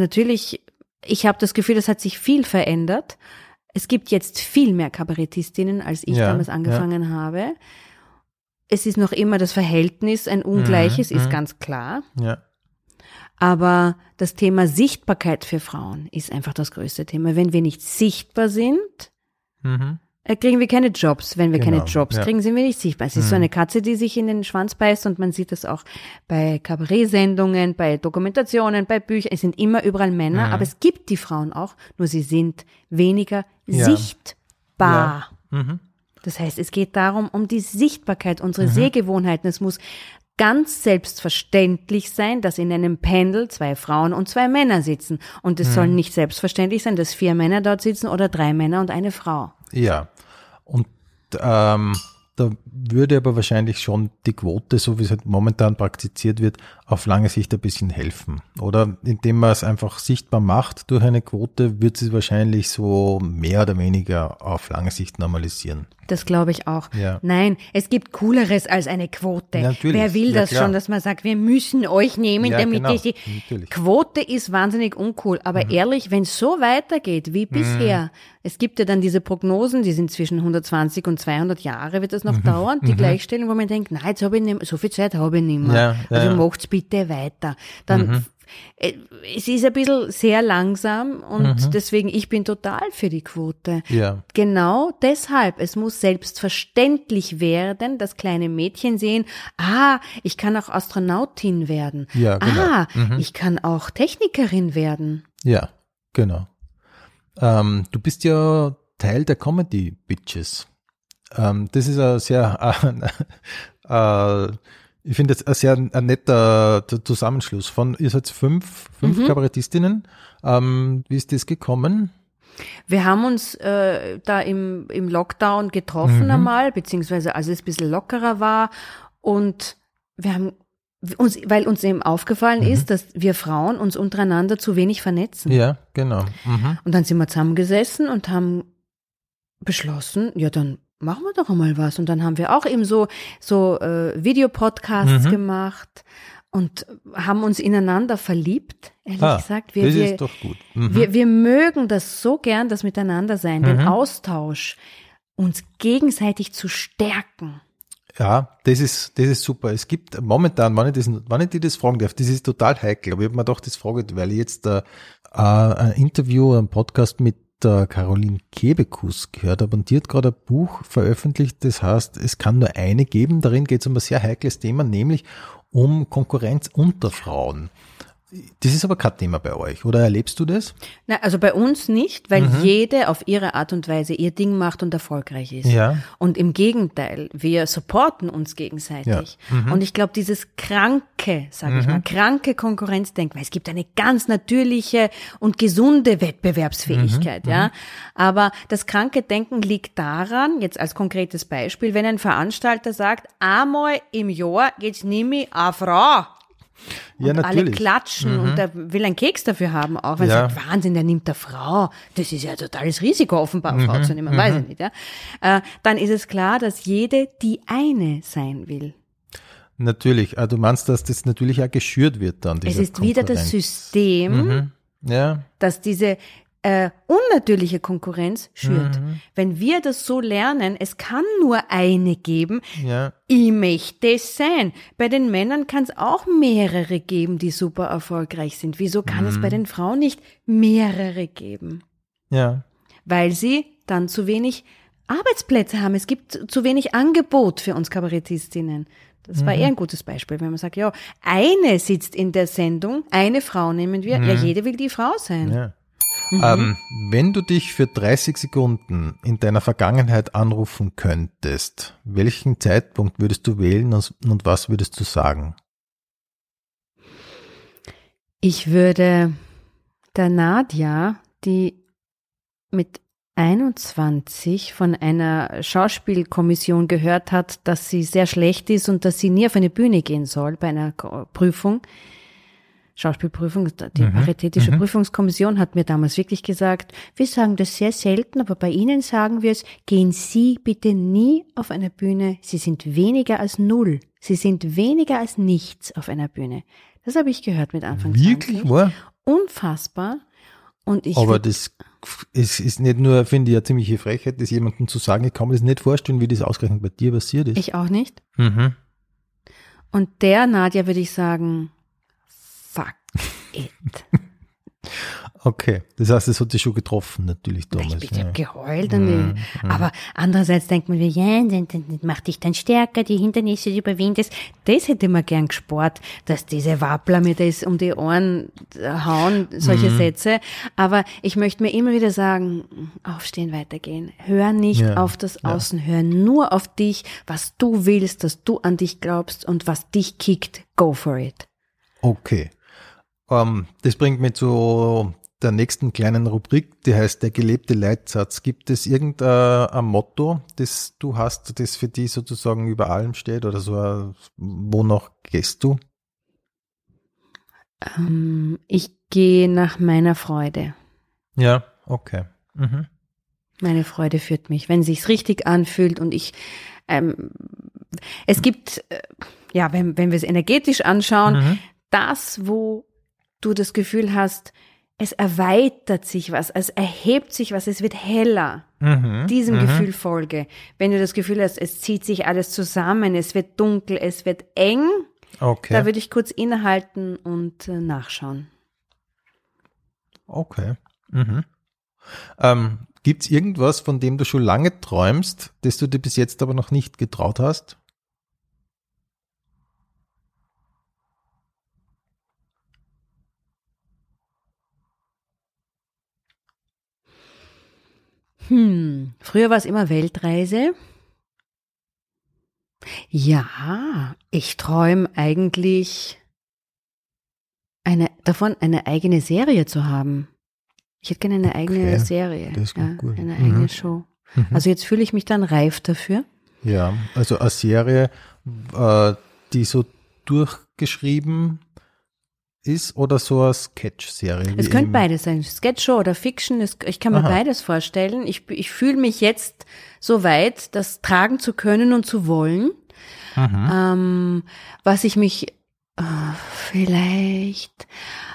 das Gefühl, es hat sich viel verändert. Es gibt jetzt viel mehr Kabarettistinnen, als ich damals angefangen habe. Es ist noch immer das Verhältnis ein ungleiches, ist ganz klar. Ja. Aber das Thema Sichtbarkeit für Frauen ist einfach das größte Thema. Wenn wir nicht sichtbar sind, kriegen wir keine Jobs. Wenn wir keine Jobs kriegen, sind wir nicht sichtbar. Es ist so eine Katze, die sich in den Schwanz beißt und man sieht das auch bei Kabarett-Sendungen, bei Dokumentationen, bei Büchern. Es sind immer überall Männer, aber es gibt die Frauen auch, nur sie sind weniger sichtbar. Ja. Das heißt, es geht darum, um die Sichtbarkeit, unsere Sehgewohnheiten. Es muss ganz selbstverständlich sein, dass in einem Panel 2 Frauen und 2 Männer sitzen. Und es soll nicht selbstverständlich sein, dass 4 Männer dort sitzen oder 3 Männer und eine Frau. Ja, und da würde aber wahrscheinlich schon die Quote, so wie es halt momentan praktiziert wird, auf lange Sicht ein bisschen helfen. Oder indem man es einfach sichtbar macht durch eine Quote, wird es wahrscheinlich so mehr oder weniger auf lange Sicht normalisieren. Das glaube ich auch. Ja. Nein, es gibt Cooleres als eine Quote. Natürlich. Wer will das schon, dass man sagt, wir müssen euch nehmen, damit die Quote ist wahnsinnig uncool. Aber ehrlich, wenn es so weitergeht wie bisher, es gibt ja dann diese Prognosen, die sind zwischen 120 und 200 Jahre, wird das noch dauern, die Gleichstellung, wo man denkt, nein, jetzt habe ich nicht, so viel Zeit habe ich nicht mehr. Also macht's bitte weiter. Dann es ist ein bisschen sehr langsam und deswegen, ich bin total für die Quote. Ja. Genau deshalb, es muss selbstverständlich werden, dass kleine Mädchen sehen, ich kann auch Astronautin werden. Ja, genau. Ich kann auch Technikerin werden. Ja, genau. Du bist ja Teil der Comedy Bitches. Das ist ein sehr ich finde das ein netter Zusammenschluss von, ihr seid fünf Kabarettistinnen. Wie ist das gekommen? Wir haben uns da im Lockdown getroffen einmal, beziehungsweise als es ein bisschen lockerer war, und wir haben uns, weil uns eben aufgefallen ist, dass wir Frauen uns untereinander zu wenig vernetzen. Ja, genau. Und dann sind wir zusammengesessen und haben beschlossen, ja, dann machen wir doch einmal was. Und dann haben wir auch eben so Videopodcasts gemacht und haben uns ineinander verliebt, ehrlich gesagt. Das ist doch gut. Wir mögen das so gern, das Miteinander-Sein, den Austausch, uns gegenseitig zu stärken. Ja, das ist super. Es gibt momentan, wenn ich dir das fragen darf, das ist total heikel, aber ich habe mir doch das gefragt, weil ich jetzt ein Interview, einen Podcast mit der Caroline Kebekus gehört habe, und die hat gerade ein Buch veröffentlicht, das heißt, es kann nur eine geben. Darin geht es um ein sehr heikles Thema, nämlich um Konkurrenz unter Frauen. Das ist aber kein Thema bei euch, oder erlebst du das? Na, also bei uns nicht, weil jede auf ihre Art und Weise ihr Ding macht und erfolgreich ist. Ja. Und im Gegenteil, wir supporten uns gegenseitig. Ja. Und ich glaube, dieses kranke, sage ich mal, kranke Konkurrenzdenken, weil es gibt eine ganz natürliche und gesunde Wettbewerbsfähigkeit, ja. Aber das kranke Denken liegt daran, jetzt als konkretes Beispiel, wenn ein Veranstalter sagt, einmal im Jahr geht's nämlich eine Frau. Und ja, alle klatschen und der will einen Keks dafür haben, auch weil er sagt, Wahnsinn, der nimmt eine Frau. Das ist ja ein totales Risiko, offenbar eine Frau zu nehmen, weiß ich nicht. Ja? Dann ist es klar, dass jede die eine sein will. Natürlich, du meinst, dass das natürlich auch geschürt wird dann. Es ist wieder das System, dass diese unnatürliche Konkurrenz schürt. Wenn wir das so lernen, es kann nur eine geben, ich möchte es sein. Bei den Männern kann es auch mehrere geben, die super erfolgreich sind. Wieso kann es bei den Frauen nicht mehrere geben? Ja. Weil sie dann zu wenig Arbeitsplätze haben. Es gibt zu wenig Angebot für uns Kabarettistinnen. Das war eher ein gutes Beispiel, wenn man sagt, ja, eine sitzt in der Sendung, eine Frau nehmen wir, ja, jede will die Frau sein. Ja. Wenn du dich für 30 Sekunden in deiner Vergangenheit anrufen könntest, welchen Zeitpunkt würdest du wählen und was würdest du sagen? Ich würde der Nadja, die mit 21 von einer Schauspielkommission gehört hat, dass sie sehr schlecht ist und dass sie nie auf eine Bühne gehen soll bei einer Prüfung, Schauspielprüfung, die Paritätische Prüfungskommission hat mir damals wirklich gesagt, wir sagen das sehr selten, aber bei Ihnen sagen wir es, gehen Sie bitte nie auf einer Bühne, Sie sind weniger als null, Sie sind weniger als nichts auf einer Bühne. Das habe ich gehört mit Anfang 20. Wirklich, wahr? Unfassbar. Und aber das ist nicht nur, finde ich, eine ziemliche Frechheit, das jemandem zu sagen. Ich kann mir das nicht vorstellen, wie das ausgerechnet bei dir passiert ist. Ich auch nicht. Und der Nadja würde ich sagen, fuck it. Okay, das heißt, das hat dich schon getroffen natürlich damals. Ich habe geheult. Aber andererseits denkt man, ja, dann macht dich dann stärker, die Hindernisse überwindest. Das hätte man gern gespart, dass diese Wappler mir das um die Ohren hauen, solche Sätze. Aber ich möchte mir immer wieder sagen, aufstehen, weitergehen. Hör nicht auf das Außen, hör nur auf dich, was du willst, dass du an dich glaubst und was dich kickt, go for it. Okay. Das bringt mich zu der nächsten kleinen Rubrik, die heißt der gelebte Leitsatz. Gibt es irgendein Motto, das du hast, das für dich sozusagen über allem steht oder so, wonach gehst du? Ich gehe nach meiner Freude. Ja, okay. Meine Freude führt mich, wenn sich's richtig anfühlt und ich, es gibt, wenn wir es energetisch anschauen, das, wo du das Gefühl hast, es erweitert sich was, es erhebt sich was, es wird heller. Diesem Gefühl folge. Wenn du das Gefühl hast, es zieht sich alles zusammen, es wird dunkel, es wird eng, da würde ich kurz innehalten und nachschauen. Okay. Gibt's irgendwas, von dem du schon lange träumst, das du dir bis jetzt aber noch nicht getraut hast? Früher war es immer Weltreise. Ja, ich träume eigentlich davon, eine eigene Serie zu haben. Ich hätte gerne eine eigene Serie, das ist gut. Eine eigene Show. Also jetzt fühle ich mich dann reif dafür. Ja, also eine Serie, die so durchgeschrieben ist oder so eine Sketch-Serie? Es könnte beides sein, Sketch-Show oder Fiction, ich kann mir beides vorstellen. Ich fühle mich jetzt so weit, das tragen zu können und zu wollen, was ich mich vielleicht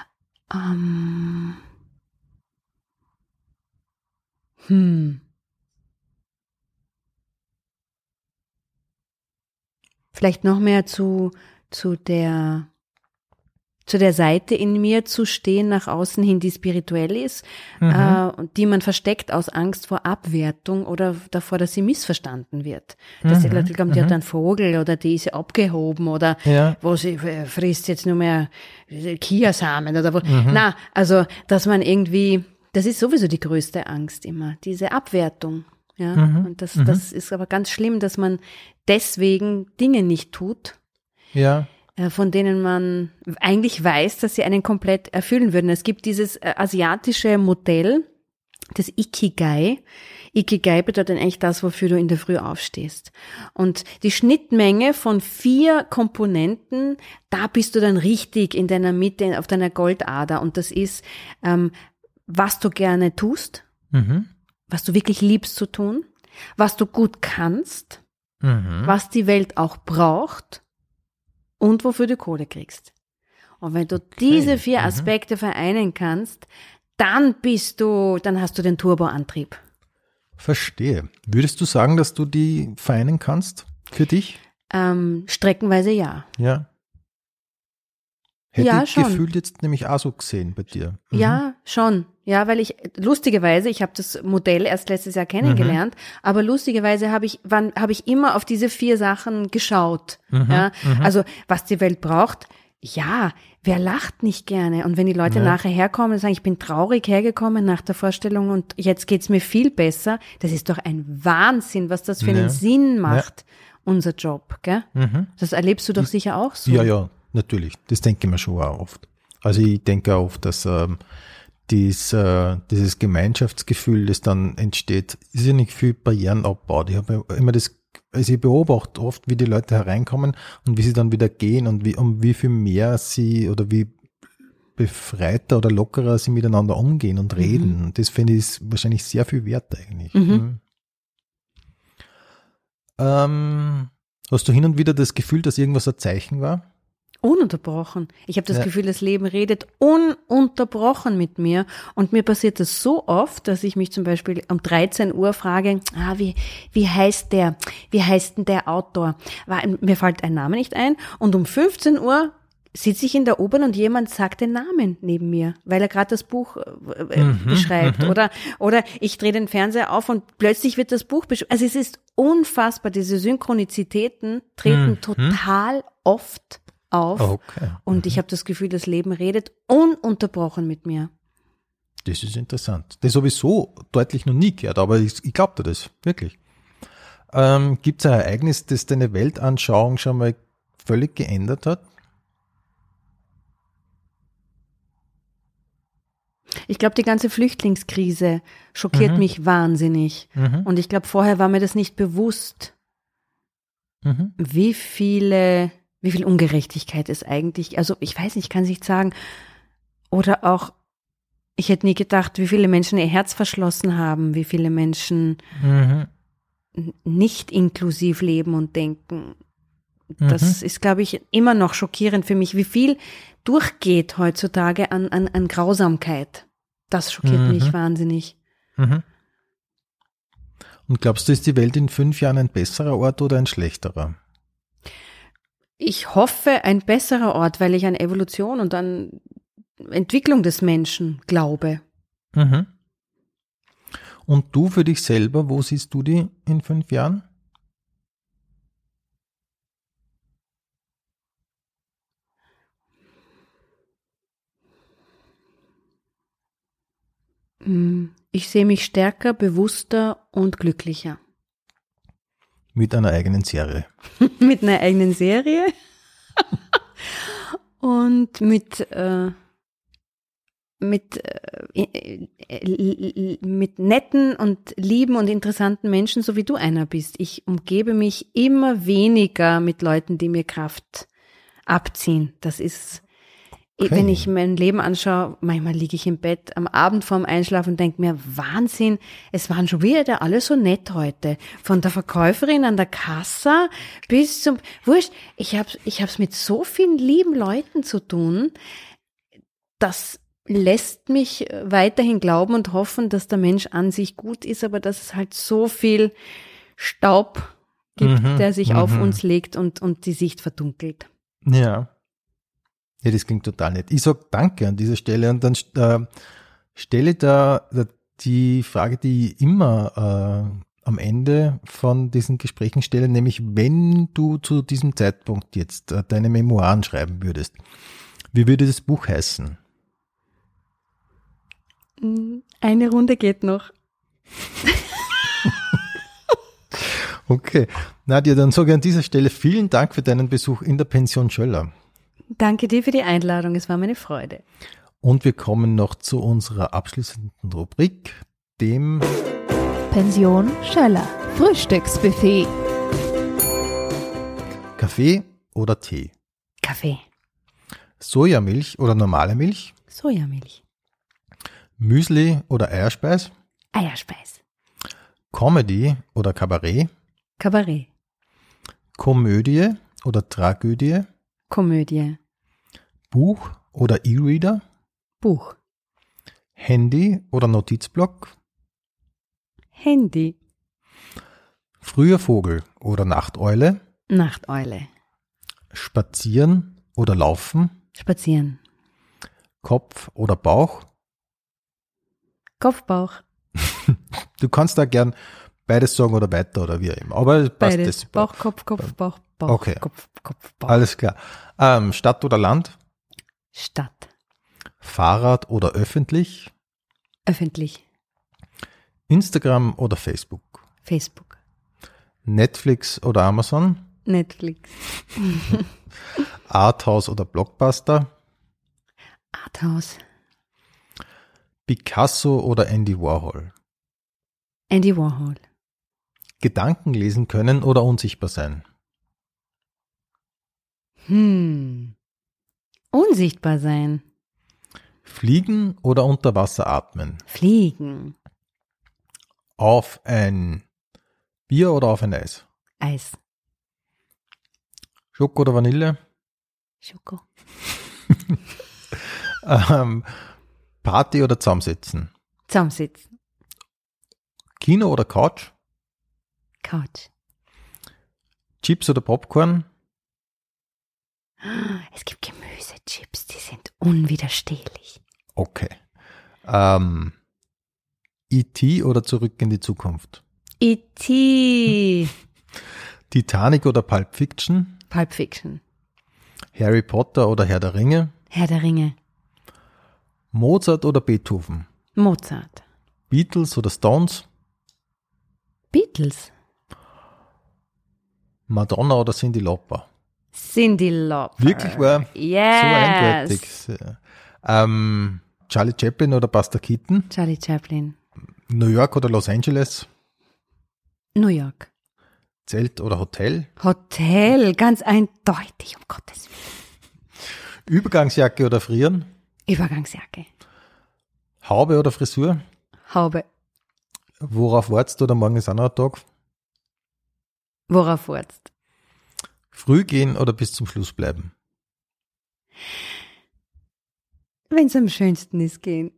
vielleicht noch mehr zu der Seite in mir zu stehen, nach außen hin, die spirituell ist, und die man versteckt aus Angst vor Abwertung oder davor, dass sie missverstanden wird. Dass die Leute glauben, die hat einen Vogel oder die ist abgehoben oder wo sie frisst jetzt nur mehr Kiasamen oder wo. Na, also, dass man irgendwie, das ist sowieso die größte Angst immer, diese Abwertung. Ja, und das ist aber ganz schlimm, dass man deswegen Dinge nicht tut. Ja. Von denen man eigentlich weiß, dass sie einen komplett erfüllen würden. Es gibt dieses asiatische Modell, das Ikigai. Ikigai bedeutet eigentlich das, wofür du in der Früh aufstehst. Und die Schnittmenge von 4 Komponenten, da bist du dann richtig in deiner Mitte, auf deiner Goldader. Und das ist, was du gerne tust, was du wirklich liebst zu tun, was du gut kannst, was die Welt auch braucht, und wofür du Kohle kriegst. Und wenn du diese 4 Aspekte vereinen kannst, dann hast du den Turboantrieb. Verstehe. Würdest du sagen, dass du die vereinen kannst für dich? Streckenweise ja. Ja. Hätte ich gefühlt jetzt nämlich auch so gesehen bei dir. Ja, schon. Ja, weil ich habe das Modell erst letztes Jahr kennengelernt, aber lustigerweise habe ich immer auf diese 4 Sachen geschaut. Also was die Welt braucht, Ja, wer lacht nicht gerne? Und wenn die Leute nachher herkommen und sagen, ich bin traurig hergekommen nach der Vorstellung und jetzt geht's mir viel besser, das ist doch ein Wahnsinn, was das für einen Sinn macht, unser Job, gell? Das erlebst du doch sicher auch so. Ja, natürlich. Das denke ich mir schon auch oft. Also ich denke auch oft, dass dieses Gemeinschaftsgefühl, das dann entsteht, ist ja nicht viel Barrieren abbaut. Ich habe ja immer ich beobachte oft, wie die Leute hereinkommen und wie sie dann wieder gehen und wie viel mehr sie oder wie befreiter oder lockerer sie miteinander umgehen und reden. Und das finde ich wahrscheinlich sehr viel wert eigentlich. Hast du hin und wieder das Gefühl, dass irgendwas ein Zeichen war? Ununterbrochen. Ich habe das Gefühl, das Leben redet ununterbrochen mit mir. Und mir passiert das so oft, dass ich mich zum Beispiel um 13 Uhr frage, wie heißt denn der Autor? Mir fällt ein Name nicht ein. Und um 15 Uhr sitze ich in der U-Bahn und jemand sagt den Namen neben mir, weil er gerade das Buch beschreibt. Oder ich drehe den Fernseher auf und plötzlich wird das Buch beschrieben. Also es ist unfassbar. Diese Synchronizitäten treten total oft auf. Okay. Und ich habe das Gefühl, das Leben redet ununterbrochen mit mir. Das ist interessant. Das habe ich so deutlich noch nie gehört, aber ich glaube dir das, wirklich. Gibt es ein Ereignis, das deine Weltanschauung schon mal völlig geändert hat? Ich glaube, die ganze Flüchtlingskrise schockiert mich wahnsinnig. Und ich glaube, vorher war mir das nicht bewusst, wie viel Ungerechtigkeit es eigentlich, also ich weiß nicht, ich kann es nicht sagen, oder auch, ich hätte nie gedacht, wie viele Menschen ihr Herz verschlossen haben, wie viele Menschen nicht inklusiv leben und denken. Das ist, glaube ich, immer noch schockierend für mich, wie viel durchgeht heutzutage an Grausamkeit. Das schockiert mich wahnsinnig. Und glaubst du, ist die Welt in 5 Jahren ein besserer Ort oder ein schlechterer? Ich hoffe, ein besserer Ort, weil ich an Evolution und an Entwicklung des Menschen glaube. Und du für dich selber, wo siehst du die in 5 Jahren? Ich sehe mich stärker, bewusster und glücklicher. Mit einer eigenen Serie. Mit einer eigenen Serie und mit netten und lieben und interessanten Menschen, so wie du einer bist. Ich umgebe mich immer weniger mit Leuten, die mir Kraft abziehen. Das ist, wenn ich mein Leben anschaue, manchmal liege ich im Bett am Abend vorm Einschlafen und denke mir, Wahnsinn, es waren schon wieder alle so nett heute. Von der Verkäuferin an der Kasse bis zum, wurscht, ich hab's mit so vielen lieben Leuten zu tun. Das lässt mich weiterhin glauben und hoffen, dass der Mensch an sich gut ist, aber dass es halt so viel Staub gibt, der sich auf uns legt und die Sicht verdunkelt. Ja. Ja, das klingt total nett. Ich sage danke an dieser Stelle und dann stelle da die Frage, die ich immer am Ende von diesen Gesprächen stelle, nämlich wenn du zu diesem Zeitpunkt jetzt deine Memoiren schreiben würdest, wie würde das Buch heißen? Eine Runde geht noch. Okay. Nadja, dann sage ich an dieser Stelle vielen Dank für deinen Besuch in der Pension Schöller. Danke dir für die Einladung, es war meine Freude. Und wir kommen noch zu unserer abschließenden Rubrik, dem Pension Schöller Frühstücksbuffet. Kaffee oder Tee? Kaffee. Sojamilch oder normale Milch? Sojamilch. Müsli oder Eierspeis? Eierspeis. Comedy oder Kabarett? Kabarett. Komödie oder Tragödie? Komödie. Buch oder E-Reader? Buch. Handy oder Notizblock? Handy. Früher Vogel oder Nachteule? Nachteule. Spazieren oder Laufen? Spazieren. Kopf oder Bauch? Kopf, Bauch. Du kannst da gern beides sagen oder weiter oder wie auch immer. Aber passt beides. das. Bauch, Kopf, Kopf, Bauch. Bauch, Okay. Kopf, Bauch. Alles klar. Stadt oder Land? Stadt. Fahrrad oder öffentlich? Öffentlich. Instagram oder Facebook? Facebook. Netflix oder Amazon? Netflix. Arthouse oder Blockbuster? Arthouse. Picasso oder Andy Warhol? Andy Warhol. Gedanken lesen können oder unsichtbar sein? Unsichtbar sein. Fliegen oder unter Wasser atmen? Fliegen. Auf ein Bier oder auf ein Eis? Eis. Schoko oder Vanille? Schoko. Party oder zusammensitzen? Zusammensitzen. Kino oder Couch? Couch. Chips oder Popcorn? Es gibt Gemüsechips, die sind unwiderstehlich. Okay. E.T. oder Zurück in die Zukunft? E.T. Titanic oder Pulp Fiction? Pulp Fiction. Harry Potter oder Herr der Ringe? Herr der Ringe. Mozart oder Beethoven? Mozart. Beatles oder Stones? Beatles. Madonna oder Cyndi Lauper? Cyndi Lauper. Wirklich war Yes. so eindeutig. Charlie Chaplin oder Buster Keaton? Charlie Chaplin. New York oder Los Angeles? New York. Zelt oder Hotel? Hotel, ganz eindeutig, um Gottes Willen. Übergangsjacke oder Frieren? Übergangsjacke. Haube oder Frisur? Haube. Worauf wartest du oder morgen ist ein anderer Tag? Worauf wartest? Früh gehen oder bis zum Schluss bleiben? Wenn es am schönsten ist, gehen.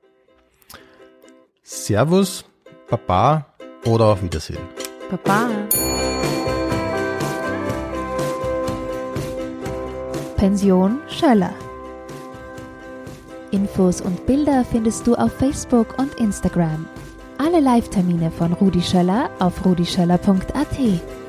Servus, Baba oder auf Wiedersehen? Baba. Pension Schöller. Infos und Bilder findest du auf Facebook und Instagram. Alle Live-Termine von Rudi Schöller auf rudischöller.at.